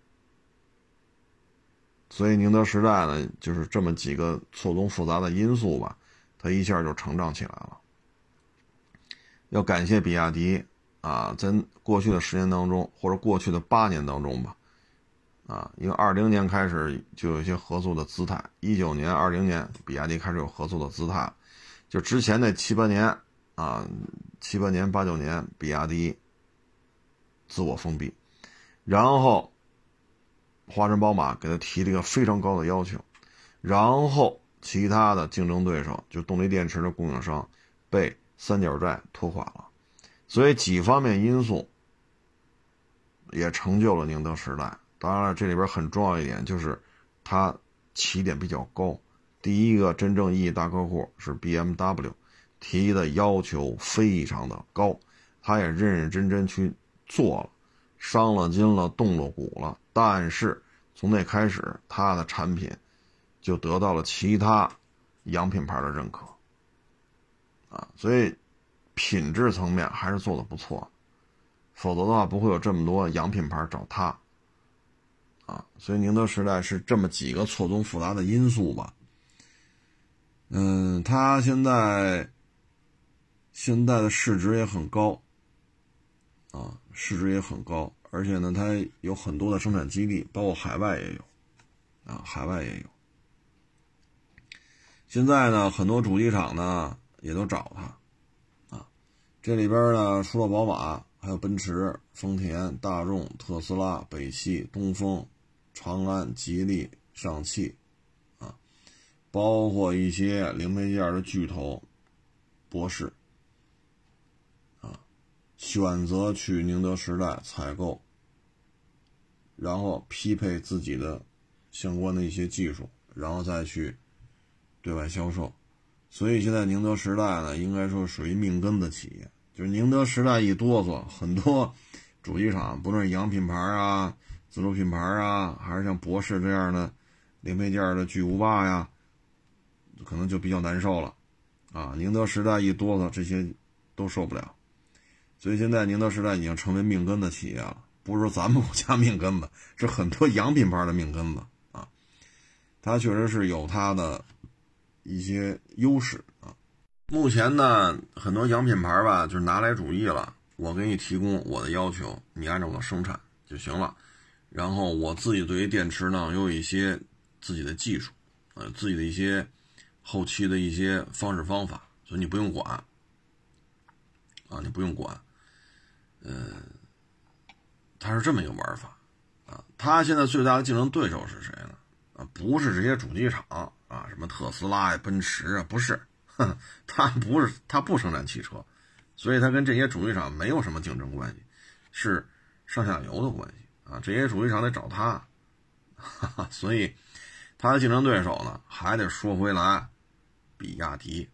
所以宁德时代呢，就是这么几个错综复杂的因素吧，它一下就成长起来了。要感谢比亚迪啊，在过去的十年当中，或者过去的八年当中吧，啊，因为二零年开始就有一些合作的姿态，一九年、二零年比亚迪开始有合作的姿态，就之前那七八年啊，七八年、八九年，比亚迪自我封闭，然后华晨宝马给他提了一个非常高的要求，然后其他的竞争对手就动力电池的供应商被三角债拖垮了，所以几方面因素也成就了宁德时代。当然了，这里边很重要一点就是它起点比较高，第一个真正意义大客户是 B M W， 提的要求非常的高，他也认认真真去做了，伤了筋了，动了骨了，但是从那开始他的产品就得到了其他洋品牌的认可啊，所以品质层面还是做得不错，否则的话不会有这么多洋品牌找他啊。所以宁德时代是这么几个错综复杂的因素吧。嗯，他现在现在的市值也很高啊，市值也很高，而且呢，它有很多的生产基地，包括海外也有啊，海外也有。现在呢，很多主机厂呢也都找他啊，这里边呢除了宝马，还有奔驰、丰田、大众、特斯拉、北汽、东风、长安、吉利、上汽啊，包括一些零配件的巨头博世选择去宁德时代采购，然后匹配自己的相关的一些技术，然后再去对外销售。所以现在宁德时代呢，应该说属于命根子企业，就是宁德时代一哆嗦，很多主机厂，不论是洋品牌啊、自主品牌啊，还是像博世这样的零配件的巨无霸呀，可能就比较难受了啊。宁德时代一哆嗦，这些都受不了。所以现在宁德时代已经成为命根子企业了，不是说咱们国家命根子，是很多洋品牌的命根子啊。它确实是有它的一些优势啊。目前呢，很多洋品牌吧，就是拿来主义了，我给你提供我的要求，你按照我生产就行了。然后我自己对于电池呢，有一些自己的技术，呃，自己的一些后期的一些方式方法，所以你不用管啊，你不用管。呃，它是这么一个玩法啊。它现在最大的竞争对手是谁呢？啊，不是这些主机厂啊，什么特斯拉呀、奔驰啊，不是，呵，它不是，它不生产汽车，所以它跟这些主机厂没有什么竞争关系，是上下游的关系啊。这些主机厂得找它，哈哈，所以它的竞争对手呢，还得说回来，比亚迪。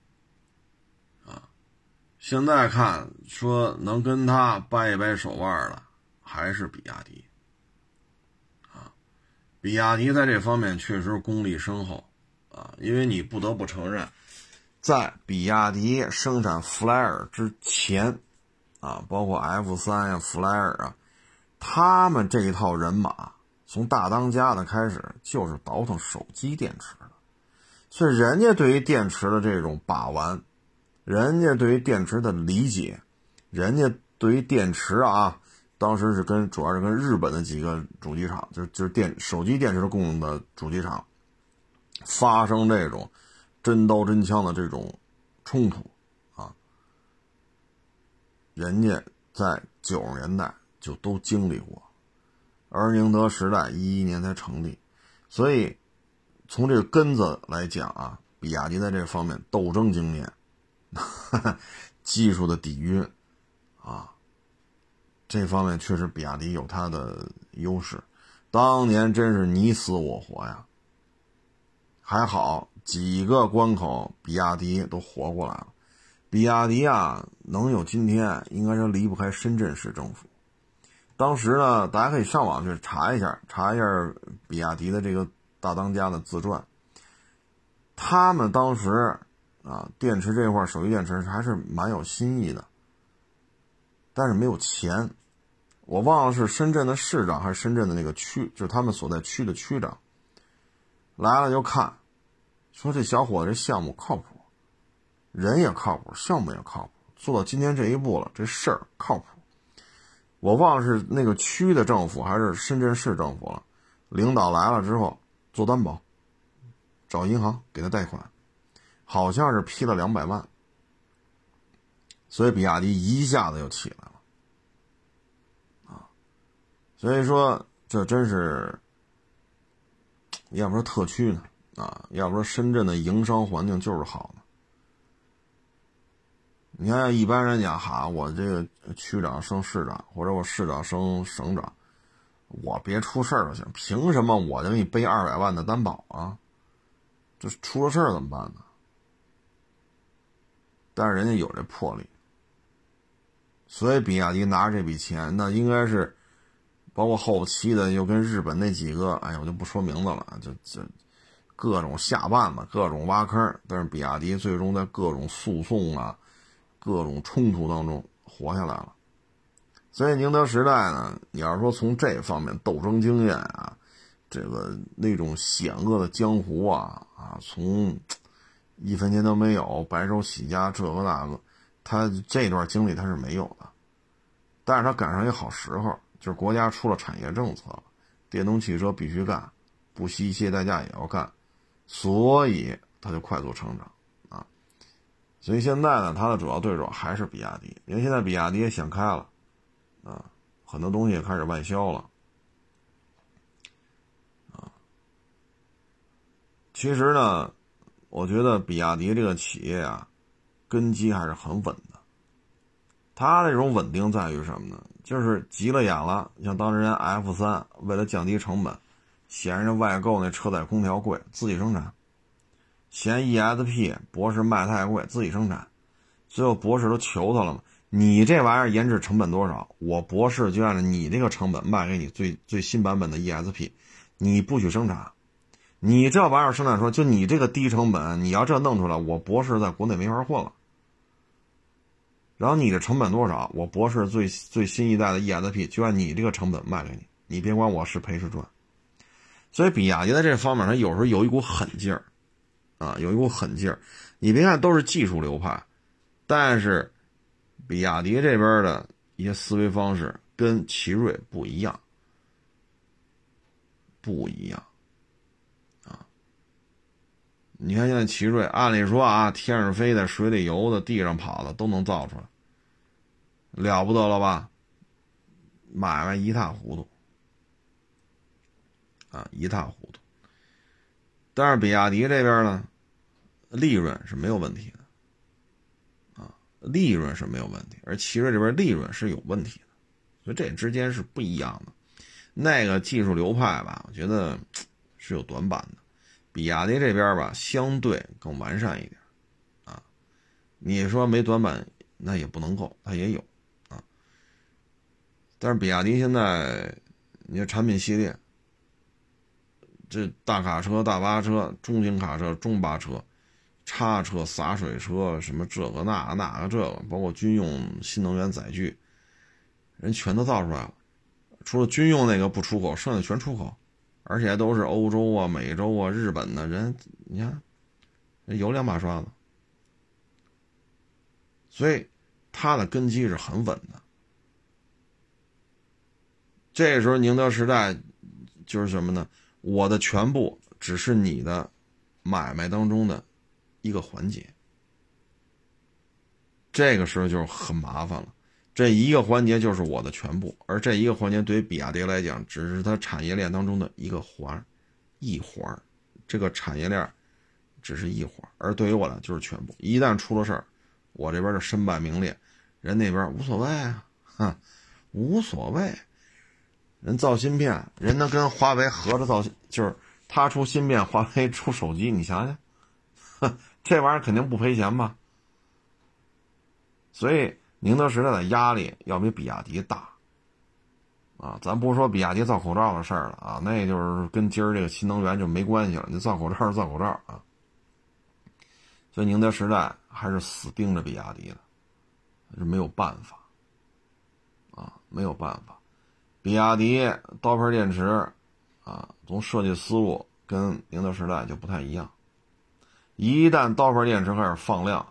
现在看说能跟他掰一掰手腕的还是比亚迪啊，比亚迪在这方面确实功力深厚啊，因为你不得不承认，在比亚迪生产弗莱尔之前啊，包括 F 三 呀、弗莱尔啊，他们这一套人马从大当家的开始就是倒腾手机电池的，所以人家对于电池的这种把玩，人家对于电池的理解，人家对于电池啊，当时是跟主要是跟日本的几个主机厂，就是就是电手机电池的供应的主机厂发生这种真刀真枪的这种冲突啊，人家在九十年代就都经历过，而宁德时代一一年才成立，所以从这个根子来讲啊，比亚迪在这方面斗争经验。技术的底蕴啊，这方面确实比亚迪有它的优势，当年真是你死我活呀，还好几个关口比亚迪都活过来了。比亚迪啊能有今天，应该是离不开深圳市政府。当时呢，大家可以上网去查一下查一下比亚迪的这个大当家的自传，他们当时啊，电池这块手机电池还是蛮有新意的，但是没有钱。我忘了是深圳的市长还是深圳的那个区，就是他们所在区的区长来了就看，说这小伙子这项目靠谱，人也靠谱，项目也靠谱，做到今天这一步了，这事儿靠谱。我忘了是那个区的政府还是深圳市政府了，领导来了之后做担保，找银行给他贷款，好像是批了两百万，所以比亚迪一下子就起来了啊！所以说这真是，要不说特区呢啊，要不说深圳的营商环境就是好呢。你看一般人讲哈，我这个区长升市长，或者我市长升省长，我别出事儿就行，凭什么我就给你背二百万的担保啊？这出了事儿怎么办呢？但是人家有这魄力，所以比亚迪拿着这笔钱，那应该是包括后期的又跟日本那几个，哎呀，我就不说名字了，就就各种下绊子，各种挖坑，但是比亚迪最终在各种诉讼啊、各种冲突当中活下来了。所以宁德时代呢，你要说从这方面斗争经验啊，这个那种险恶的江湖啊啊，从一分钱都没有，白手起家这个那个，他这段经历他是没有的。但是他赶上一个好时候，就是国家出了产业政策了，电动汽车必须干，不惜一切代价也要干，所以他就快速成长啊。所以现在呢，他的主要对手还是比亚迪，因为现在比亚迪也想开了啊，很多东西也开始外销了啊。其实呢，我觉得比亚迪这个企业啊，根基还是很稳的它这种稳定在于什么呢？就是急了眼了，像当时人 F 三为了降低成本，嫌人家外购那车载空调贵，自己生产；嫌 E S P 博士卖太贵，自己生产。最后博士都求他了嘛，你这玩意儿研制成本多少？我博士就按照你这个成本卖给你最最新版本的 E S P， 你不许生产。你这玩意儿生产出来，就你这个低成本，你要这弄出来，我博士在国内没法混了。然后你的成本多少？我博士最最新一代的 E S P 就按你这个成本卖给你，你别管我是赔是赚。所以比亚迪在这方面，它有时候有一股狠劲儿，啊，有一股狠劲儿。你别看都是技术流派，但是比亚迪这边的一些思维方式跟奇瑞不一样，不一样。你看现在奇瑞，按理说啊，天上飞的、水里游的、地上跑的都能造出来，了不得了吧？买卖一塌糊涂，啊，一塌糊涂。但是比亚迪这边呢，利润是没有问题的，啊，利润是没有问题，而奇瑞这边利润是有问题的，所以这之间是不一样的。那个技术流派吧，我觉得是有短板的。比亚迪这边吧，相对更完善一点，啊，你说没短板，那也不能够，它也有，啊。但是比亚迪现在，你看产品系列，这大卡车、大巴车、中型卡车、中巴车、叉车、洒水车，什么这个那个那个这个，包括军用新能源载具，人全都造出来了。除了军用那个不出口，剩下全出口。而且都是欧洲啊、美洲啊、日本的人，你看，有两把刷子，所以它的根基是很稳的。这时候宁德时代就是什么呢？我的全部只是你的买卖当中的一个环节，这个时候就很麻烦了。这一个环节就是我的全部，而这一个环节对于比亚迪来讲，只是它产业链当中的一个环，一环，这个产业链只是一环，而对于我来就是全部。一旦出了事儿，我这边就身败名裂，人那边无所谓啊，哈，无所谓。人造芯片，人能跟华为合着造，就是他出芯片，华为出手机，你想想，这玩意儿肯定不赔钱吧？所以宁德时代的压力要比比亚迪大啊！咱不是说比亚迪造口罩的事儿了啊，那就是跟今儿这个新能源就没关系了。你造口罩是造口罩啊，所以宁德时代还是死盯着比亚迪的，是没有办法啊，没有办法。比亚迪刀片电池啊，从设计思路跟宁德时代就不太一样。一旦刀片电池开始放量。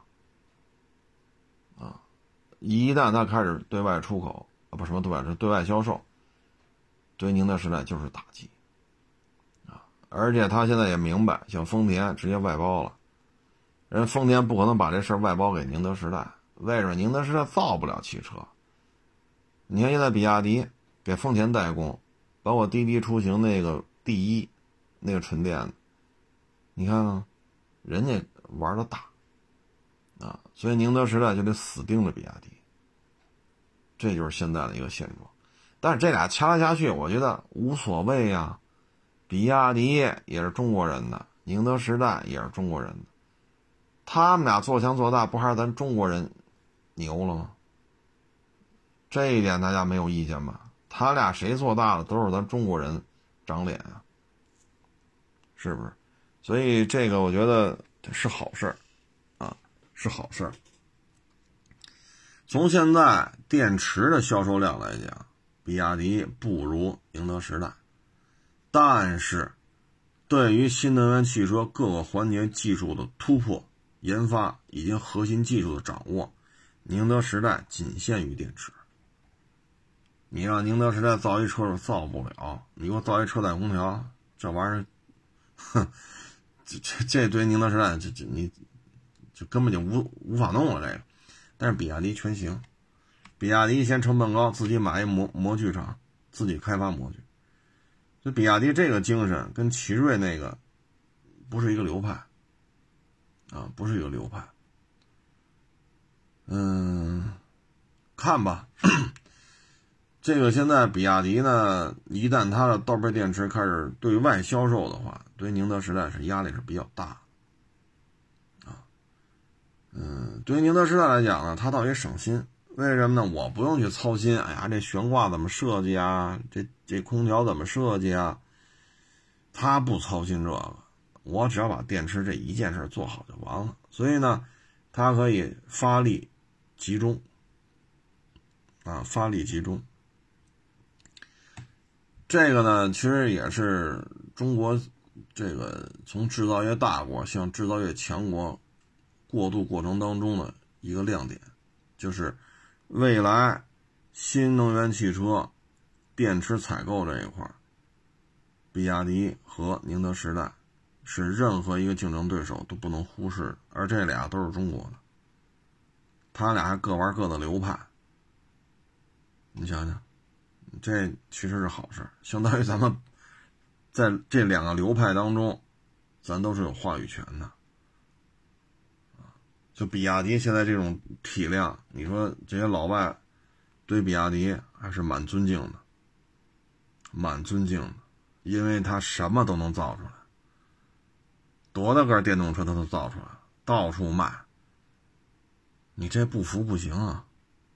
一旦它开始对外出口啊，不什么对外是对外销售，对宁德时代就是打击啊！而且他现在也明白，像丰田直接外包了，人丰田不可能把这事外包给宁德时代，为什么？宁德时代造不了汽车。你看现在比亚迪给丰田代工，包括滴滴出行那个第一那个纯电的，你看看人家玩的大啊，所以宁德时代就得死盯着比亚迪。这就是现在的一个现状，但是这俩掐来掐去，我觉得无所谓呀。比亚迪也是中国人的，宁德时代也是中国人的，他们俩做强做大，不还是咱中国人牛了吗？这一点大家没有意见吧？他俩谁做大了，都是咱中国人长脸啊，是不是？所以这个我觉得是好事啊，是好事。从现在电池的销售量来讲，比亚迪不如宁德时代，但是对于新能源汽车各个环节技术的突破研发以及核心技术的掌握，宁德时代仅限于电池。你让宁德时代造一车造不了，你给我造一车载空调，这玩意儿，哼，这这这对宁德时代这这你就根本就无无法弄了这个。但是比亚迪全行，比亚迪嫌成本高，自己买一模模具厂，自己开发模具。所以比亚迪这个精神跟奇瑞那个不是一个流派啊，不是一个流派。嗯， 看吧。这个现在比亚迪呢，一旦它的刀片电池开始对外销售的话，对宁德时代是压力是比较大啊。嗯，对于宁德时代来讲呢，它倒也省心。为什么呢？我不用去操心，哎呀，这悬挂怎么设计啊？这这空调怎么设计啊？他不操心这个，我只要把电池这一件事做好就完了。所以呢，它可以发力集中啊，发力集中。这个呢，其实也是中国这个从制造业大国向制造业强国过渡过程当中的一个亮点，就是未来新能源汽车电池采购这一块，比亚迪和宁德时代是任何一个竞争对手都不能忽视，而这俩都是中国的，他俩还各玩各的流派，你想想，这其实是好事，相当于咱们在这两个流派当中，咱都是有话语权的。就比亚迪现在这种体量，你说这些老外对比亚迪还是蛮尊敬的，蛮尊敬的，因为它什么都能造出来，多大个电动车它都造出来，到处卖，你这不服不行啊。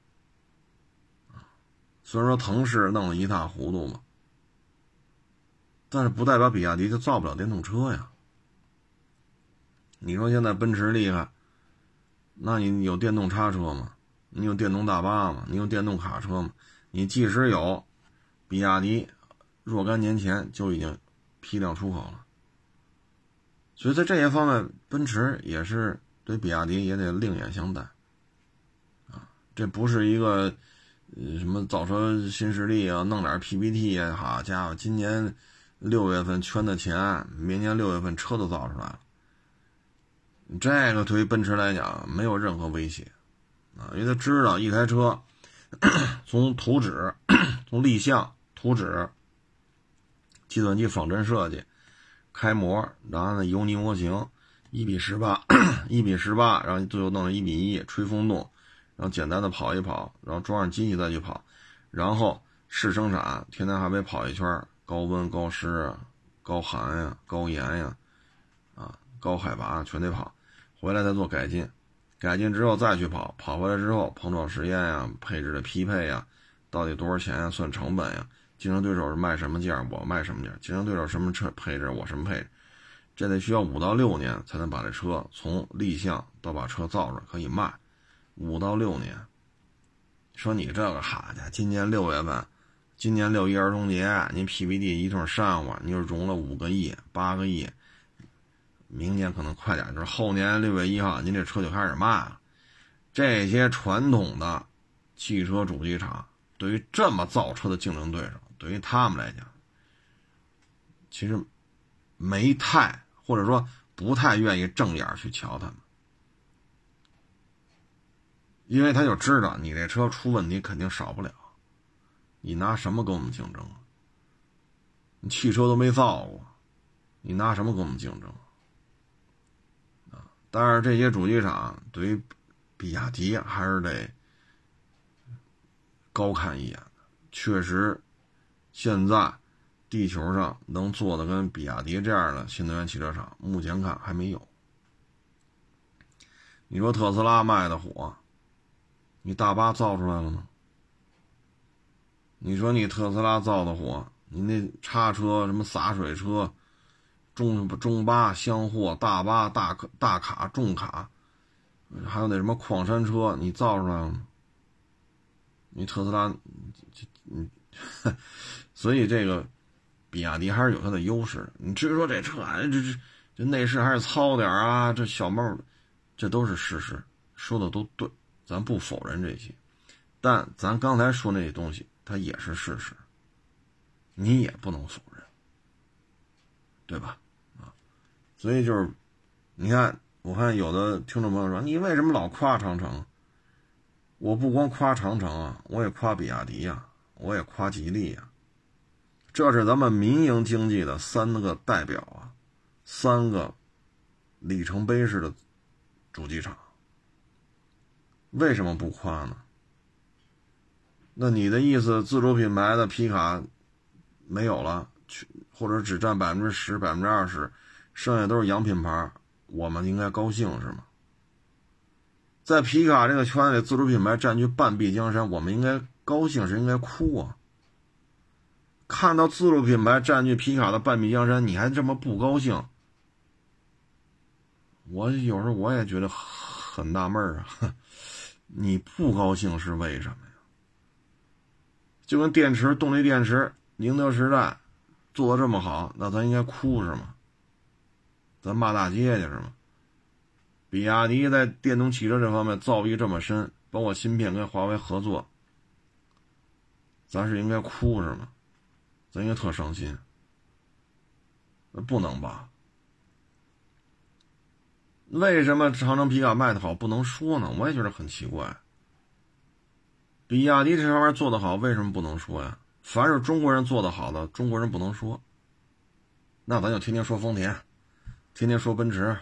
虽然说腾势弄得一塌糊涂嘛，但是不代表比亚迪就造不了电动车呀。你说现在奔驰厉害，那你有电动叉车吗？你有电动大巴吗？你有电动卡车吗？你即使有，比亚迪若干年前就已经批量出口了。所以在这些方面，奔驰也是对比亚迪也得另眼相待啊。这不是一个呃什么造车新势力啊，弄点 P P T 啊，好家伙，今年六月份圈的钱，明年六月份车都造出来了。这个对于奔驰来讲没有任何威胁啊，因为他知道一台车从图纸、从立项、图纸、计算机仿真设计、开模，然后呢油泥模型一比十八，一比十八，然后最后弄成一比一，吹风洞，然后简单的跑一跑，然后装上机器再去跑，然后试生产，天南海北跑一圈，高温、高湿啊、高寒呀、高盐呀、啊、高海拔全得跑。回来再做改进，改进之后再去跑，跑回来之后碰撞实验呀、配置的匹配呀，到底多少钱呀、算成本呀，竞争对手是卖什么价我卖什么价，竞争对手什么车配置我什么配置，这得需要五到六年才能把这车从立项到把车造出来可以卖，五到六年。说你这个好家伙，今年六月份，今年六一儿童节，您 P P T 一通上午，你就融了五个亿、八个亿。明年可能快点，就是后年六月一号，您这车就开始卖了。这些传统的汽车主机厂对于这么造车的竞争对手，对于他们来讲，其实没太或者说不太愿意正眼去瞧他们，因为他就知道你这车出问题肯定少不了，你拿什么跟我们竞争啊？你汽车都没造过，你拿什么跟我们竞争？但是这些主机厂对于比亚迪还是得高看一眼的，确实现在地球上能做的跟比亚迪这样的新能源汽车厂目前看还没有。你说特斯拉卖的火，你大巴造出来了吗？你说你特斯拉造的火，你那叉车什么洒水车中中巴、厢货、大巴、大大卡、重卡，还有那什么矿山车，你造出来了吗？你特斯拉，嗯，所以这个比亚迪还是有它的优势。你至于说这车，这这这内饰还是糙点啊，这小帽，这都是事实，说的都对，咱不否认这些。但咱刚才说那些东西，它也是事实，你也不能否认，对吧？所以就是，你看，我看有的听众朋友说，你为什么老夸长城？我不光夸长城啊，我也夸比亚迪呀、啊，我也夸吉利呀、啊。这是咱们民营经济的三个代表啊，三个里程碑式的主机厂。为什么不夸呢？ 那你的意思，自主品牌的皮卡没有了，或者只占百分之十、百分之二十，剩下都是洋品牌，我们应该高兴是吗？在皮卡这个圈里，自主品牌占据半壁江山，我们应该高兴是应该哭啊？看到自主品牌占据皮卡的半壁江山，你还这么不高兴？我有时候我也觉得很纳闷啊，你不高兴是为什么呀？就跟电池，动力电池，宁德时代做得这么好，那咱应该哭是吗？咱骂大街去是吗？比亚迪在电动汽车这方面造诣这么深，包括芯片跟华为合作，咱是应该哭是吗？咱应该特伤心，那不能吧？为什么长城皮卡卖得好不能说呢？我也觉得很奇怪。比亚迪这方面做得好，为什么不能说呀？凡是中国人做得好的，中国人不能说，那咱就天天说丰田，天天说奔驰，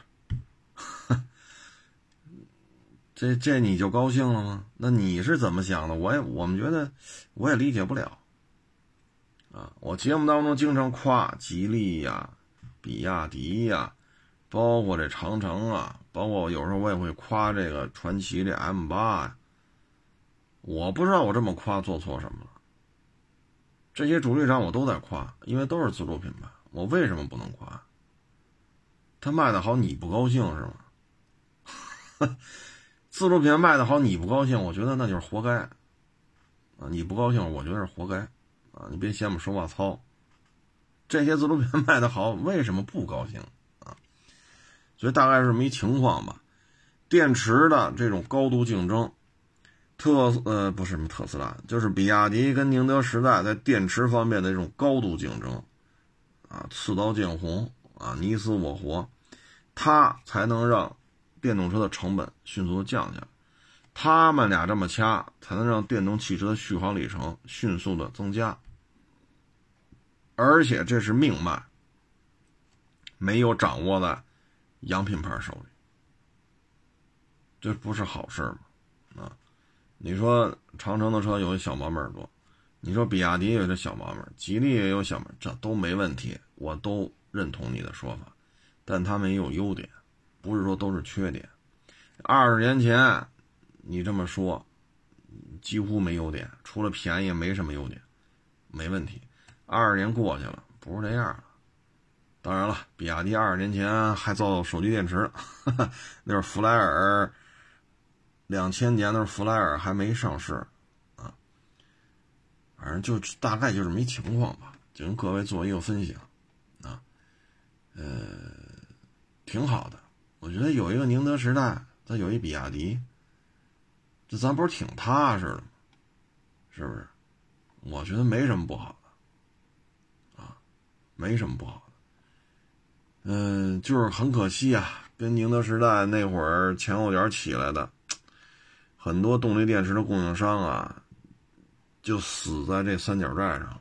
这这你就高兴了吗？那你是怎么想的？我也我们觉得我也理解不了啊。我节目当中经常夸吉利呀、比亚迪呀，包括这长城啊，包括有时候我也会夸这个传祺这 M 八 呀。我不知道我这么夸做错什么了。这些主力厂我都在夸，因为都是自主品牌，我为什么不能夸？他卖得好你不高兴是吗？自主品牌卖得好你不高兴，我觉得那就是活该啊！你不高兴，我觉得是活该啊！你别嫌我们说话糙。这些自主品牌卖得好，为什么不高兴啊？所以大概是这么一情况吧。电池的这种高度竞争，特呃不是什么特斯拉，就是比亚迪跟宁德时代在电池方面的这种高度竞争啊，刺刀见红啊，你死我活，它才能让电动车的成本迅速的降下来。他们俩这么掐，才能让电动汽车的续航里程迅速的增加。而且这是命脉，没有掌握在洋品牌手里，这不是好事吗？啊，你说长城的车有一小毛病多，你说比亚迪有这小毛病，吉利也有小毛病，这都没问题，我都认同你的说法，但他们也有优点，不是说都是缺点。二十年前你这么说几乎没优点，除了便宜没什么优点，没问题。二十年过去了，不是这样了。当然了，比亚迪二十年前还造手机电池呢，呵呵，那是弗莱尔，两千年的时候弗莱尔还没上市啊。反正就大概就这么一情况吧，就跟各位做一个分享啊。呃，挺好的，我觉得有一个宁德时代，再有一比亚迪，这咱不是挺踏实的吗？是不是？我觉得没什么不好的啊，没什么不好的。嗯，就是很可惜啊，跟宁德时代那会儿前后脚起来的很多动力电池的供应商啊，就死在这三角债上了，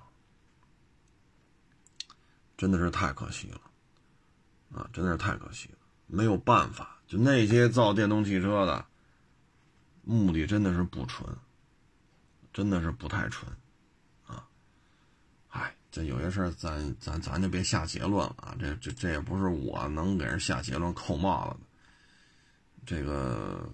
真的是太可惜了啊，真的是太可惜了，没有办法，就那些造电动汽车的目的真的是不纯，真的是不太纯啊。哎，这有些事儿咱咱咱就别下结论了啊，这这这也不是我能给人下结论扣帽子的，这个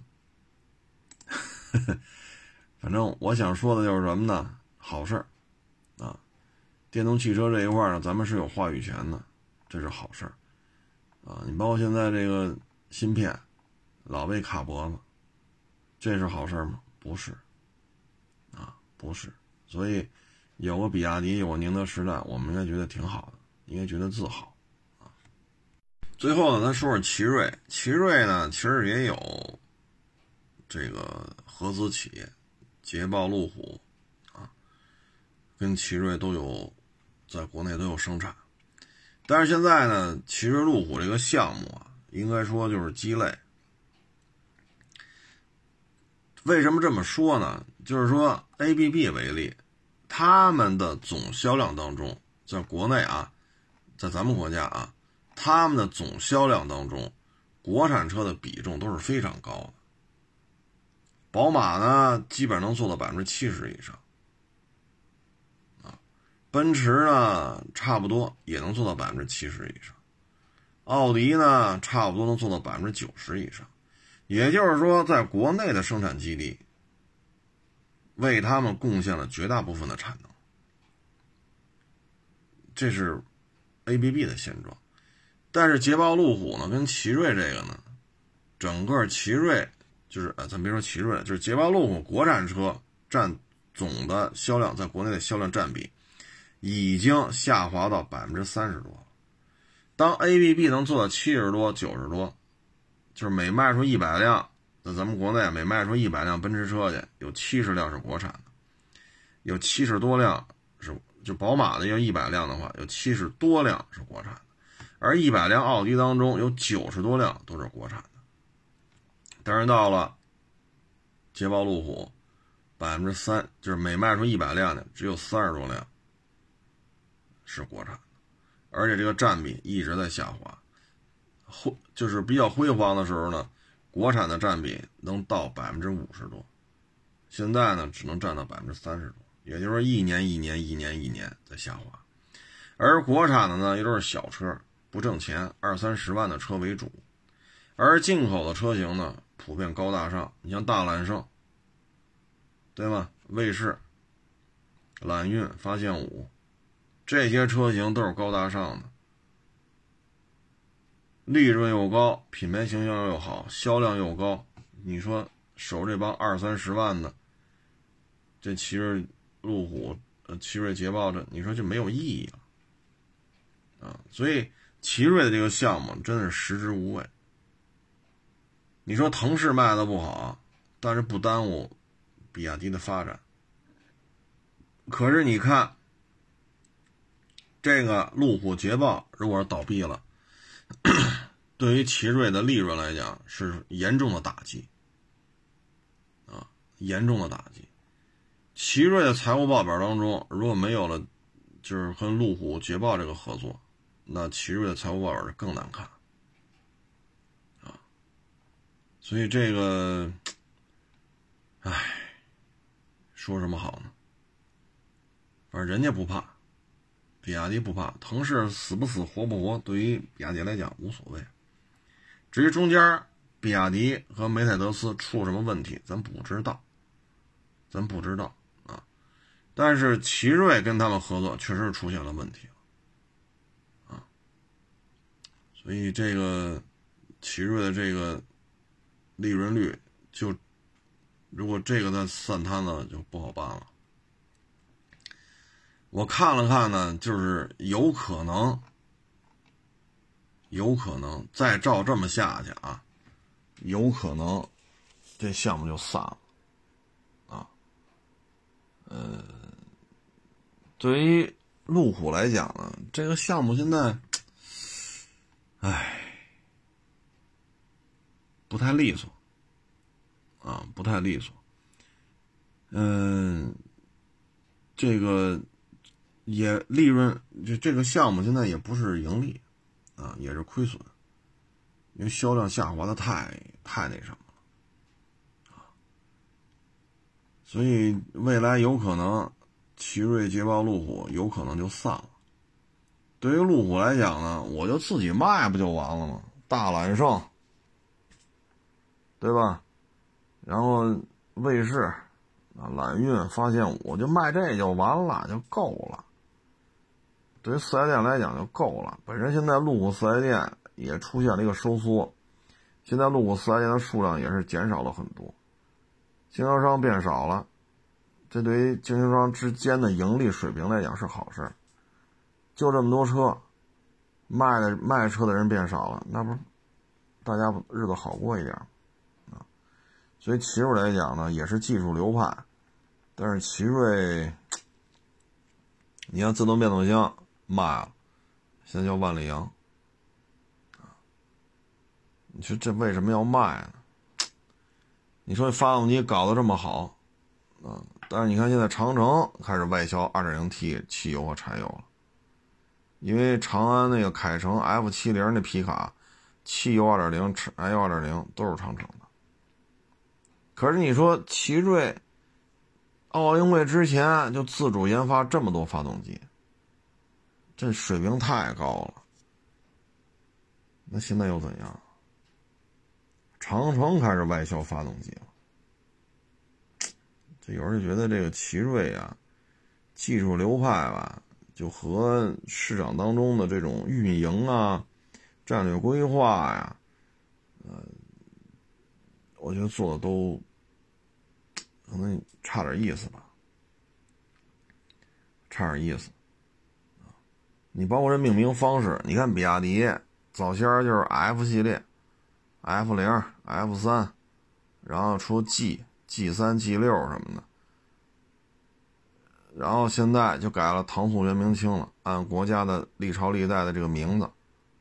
反正我想说的就是什么呢？好事儿啊，电动汽车这一块呢，咱们是有话语权的，这是好事儿啊。你包括现在这个芯片老被卡脖子，这是好事吗？不是啊，不是。所以有个比亚迪，有个宁德时代，我们应该觉得挺好的，应该觉得自豪啊。最后呢，咱说说奇瑞。奇瑞呢，其实也有这个合资企业，捷豹、路虎啊，跟奇瑞都有在国内都有生产。但是现在呢，奇瑞路虎这个项目啊，应该说就是鸡肋。为什么这么说呢？就是说 A B B 为例，他们的总销量当中，在国内啊，在咱们国家啊，他们的总销量当中，国产车的比重都是非常高的。宝马呢，基本上能做到百分之七十以上奔驰呢差不多也能做到百分之七十以上，奥迪呢差不多能做到百分之九十以上。也就是说，在国内的生产基地为他们贡献了绝大部分的产能，这是 A B B 的现状。但是捷豹路虎呢跟奇瑞这个呢，整个奇瑞就是呃，咱别说奇瑞了，就是捷豹路虎国产车占总的销量，在国内的销量占比已经下滑到百分之三十多了。当 A B B 能做到七十多、九十多，就是每卖出一百辆，在咱们国内每卖出一百辆奔驰车去，有七十辆是国产的，有七十多辆是就宝马的要一百辆的话，有七十多辆是国产的，而一百辆奥迪当中有九十多辆都是国产的。但是到了捷豹路虎，百分之三就是每卖出一百辆的只有三十多辆是国产的，而且这个占比一直在下滑。就是比较辉煌的时候呢，国产的占比能到百分之五十多，现在呢只能占到百分之三十多，也就是说一年一年一年一年在下滑。而国产的呢又都是小车，不挣钱，二三十万的车为主，而进口的车型呢普遍高大上，你像大揽胜，对吧？卫士、揽运、发现五，这些车型都是高大上的，利润又高，品牌形象又好，销量又高。你说守这帮二三十万的，这奇瑞路虎、呃奇瑞捷豹这，你说就没有意义了啊！所以奇瑞的这个项目真的是食之无味。你说腾势卖的不好，但是不耽误比亚迪的发展。可是你看这个路虎捷豹如果是倒闭了，对于奇瑞的利润来讲是严重的打击啊，严重的打击。奇瑞的财务报表当中如果没有了就是和路虎捷豹这个合作，那奇瑞的财务报表就更难看啊。所以这个唉，说什么好呢？反正人家不怕，比亚迪不怕，腾势死不死活不活对于比亚迪来讲无所谓。至于中间比亚迪和梅赛德斯出什么问题咱不知道，咱不知道啊。但是奇瑞跟他们合作确实出现了问题啊，所以这个奇瑞的这个利润率就如果这个再散摊了就不好办了。我看了看呢，就是有可能有可能再照这么下去啊，有可能这项目就散了啊。呃，对于路虎来讲呢，这个项目现在唉不太利索啊，不太利索。嗯，这个也利润，这这个项目现在也不是盈利啊，也是亏损，因为销量下滑的太太那什么了啊，所以未来有可能奇瑞、捷豹、路虎有可能就散了。对于路虎来讲呢，我就自己卖不就完了吗？大揽胜，对吧？然后卫士啊、揽运、发现五，就卖这就完了，就够了。对于四 S 店来讲就够了。本身现在路虎四 S 店也出现了一个收缩，现在路虎四 S 店的数量也是减少了很多，经销商变少了，这对于经销商之间的盈利水平来讲是好事。就这么多车，卖的卖车的人变少了，那不大家日子好过一点啊？所以奇瑞来讲呢，也是技术流派，但是奇瑞，你看自动变速箱卖了，现在叫万里扬啊，你说这为什么要卖呢？你说发动机搞得这么好啊，但是你看现在长城开始外销 二点零 T 汽油和柴油了，因为长安那个凯程 F 七十 那皮卡汽油 二点零 柴油 二点零 都是长城的。可是你说奇瑞奥运会之前就自主研发这么多发动机， 这水平太高了。那现在又怎样？长城开始外销发动机了。这有人就觉得这个奇瑞啊，技术流派吧，就和市场当中的这种运营啊、战略规划呀，呃，我觉得做的都可能差点意思吧，差点意思。你包括这命名方式，你看比亚迪早先就是 F 系列 ，F 零、F 三，然后出 G、G 三、G 六什么的，然后现在就改了唐宋元明清了，按国家的历朝历代的这个名字，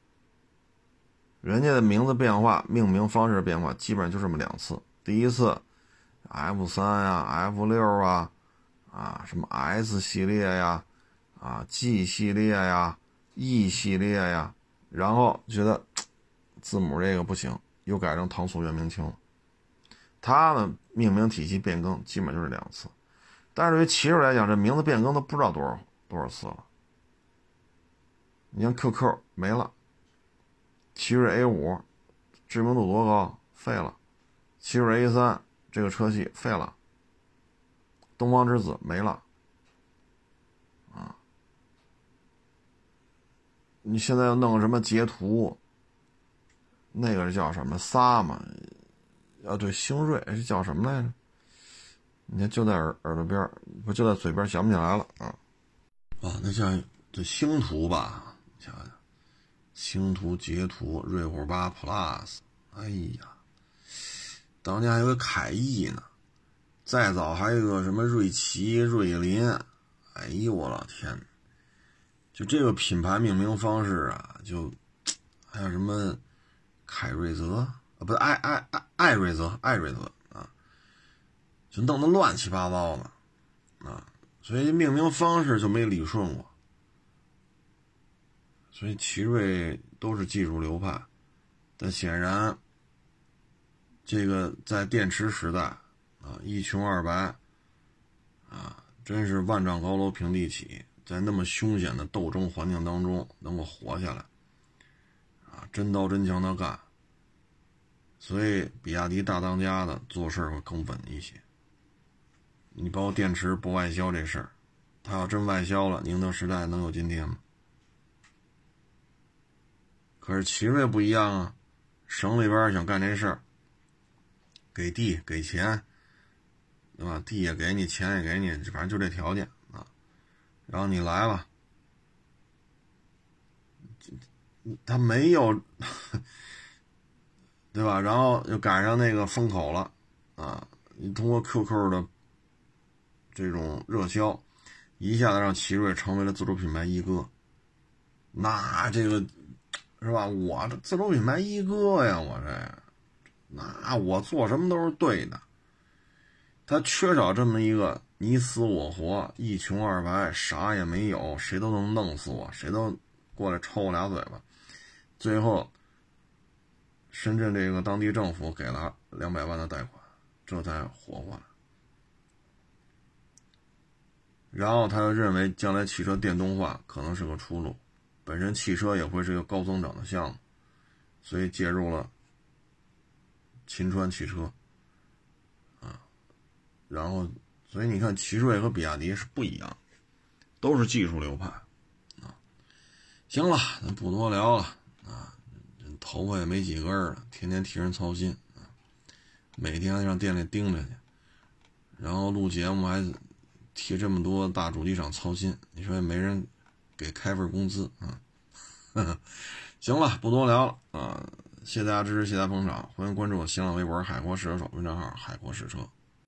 人家的名字变化、命名方式变化，基本上就这么两次。第一次 F 三呀、F 六啊，啊什么 S 系列呀。啊 ，G 系列呀 ，E 系列呀，然后觉得字母这个不行，又改成唐宋元明清了。它的命名体系变更基本就是两次，但是对于奇瑞来讲，这名字变更都不知道多少多少次了。你像 Q Q 没了，奇瑞 A 五 知名度多高，废了；奇瑞 A 三 这个车系废了，东方之子没了。你现在要弄什么截图，那个是叫什么仨嘛？啊，对，星瑞是叫什么来着？你看就在耳耳朵边，不就在嘴边，想不起来了啊！啊，那叫这星途吧？想想，星途、截图、瑞虎八 Plus， 哎呀，当年还有个凯翼呢，再早还有个什么瑞奇、瑞麟，哎呦我老天！就这个品牌命名方式啊，就还有什么凯瑞泽啊，不是艾艾艾艾瑞泽，艾瑞泽啊，就弄得乱七八糟的啊，所以命名方式就没理顺过。所以奇瑞都是技术流派，但显然这个在电池时代啊，一穷二白啊，真是万丈高楼平地起。在那么凶险的斗争环境当中能够活下来啊，真刀真枪的干，所以比亚迪大当家的做事会更稳一些。你包括电池不外销这事儿，他要真外销了，宁德时代能有今天吗？可是奇瑞不一样啊，省里边想干这事儿，给地给钱，对吧？地也给你，钱也给你，反正就这条件。然后你来吧，他没有，对吧？然后又赶上那个风口了啊！你通过 Q Q 的这种热销，一下子让奇瑞成为了自主品牌一哥。那这个是吧？我这自主品牌一哥呀，我这，那我做什么都是对的。他缺少这么一个你死我活，一穷二白，啥也没有，谁都能弄死我，谁都过来抽我俩嘴巴。最后深圳这个当地政府给了两百万的贷款，这才活过来。然后他又认为将来汽车电动化可能是个出路，本身汽车也会是一个高增长的项目，所以介入了秦川汽车啊。然后所以你看奇瑞和比亚迪是不一样，都是技术流派啊。行了，咱不多聊了啊，头发也没几根了，天天替人操心啊，每天还让店里盯着去，然后录节目还替这么多大主机厂操心，你说也没人给开份工资啊。呵呵，行了，不多聊了啊，谢谢大家支持，谢谢大家捧场，欢迎关注我新浪微博海阔试车手微账号海阔试车。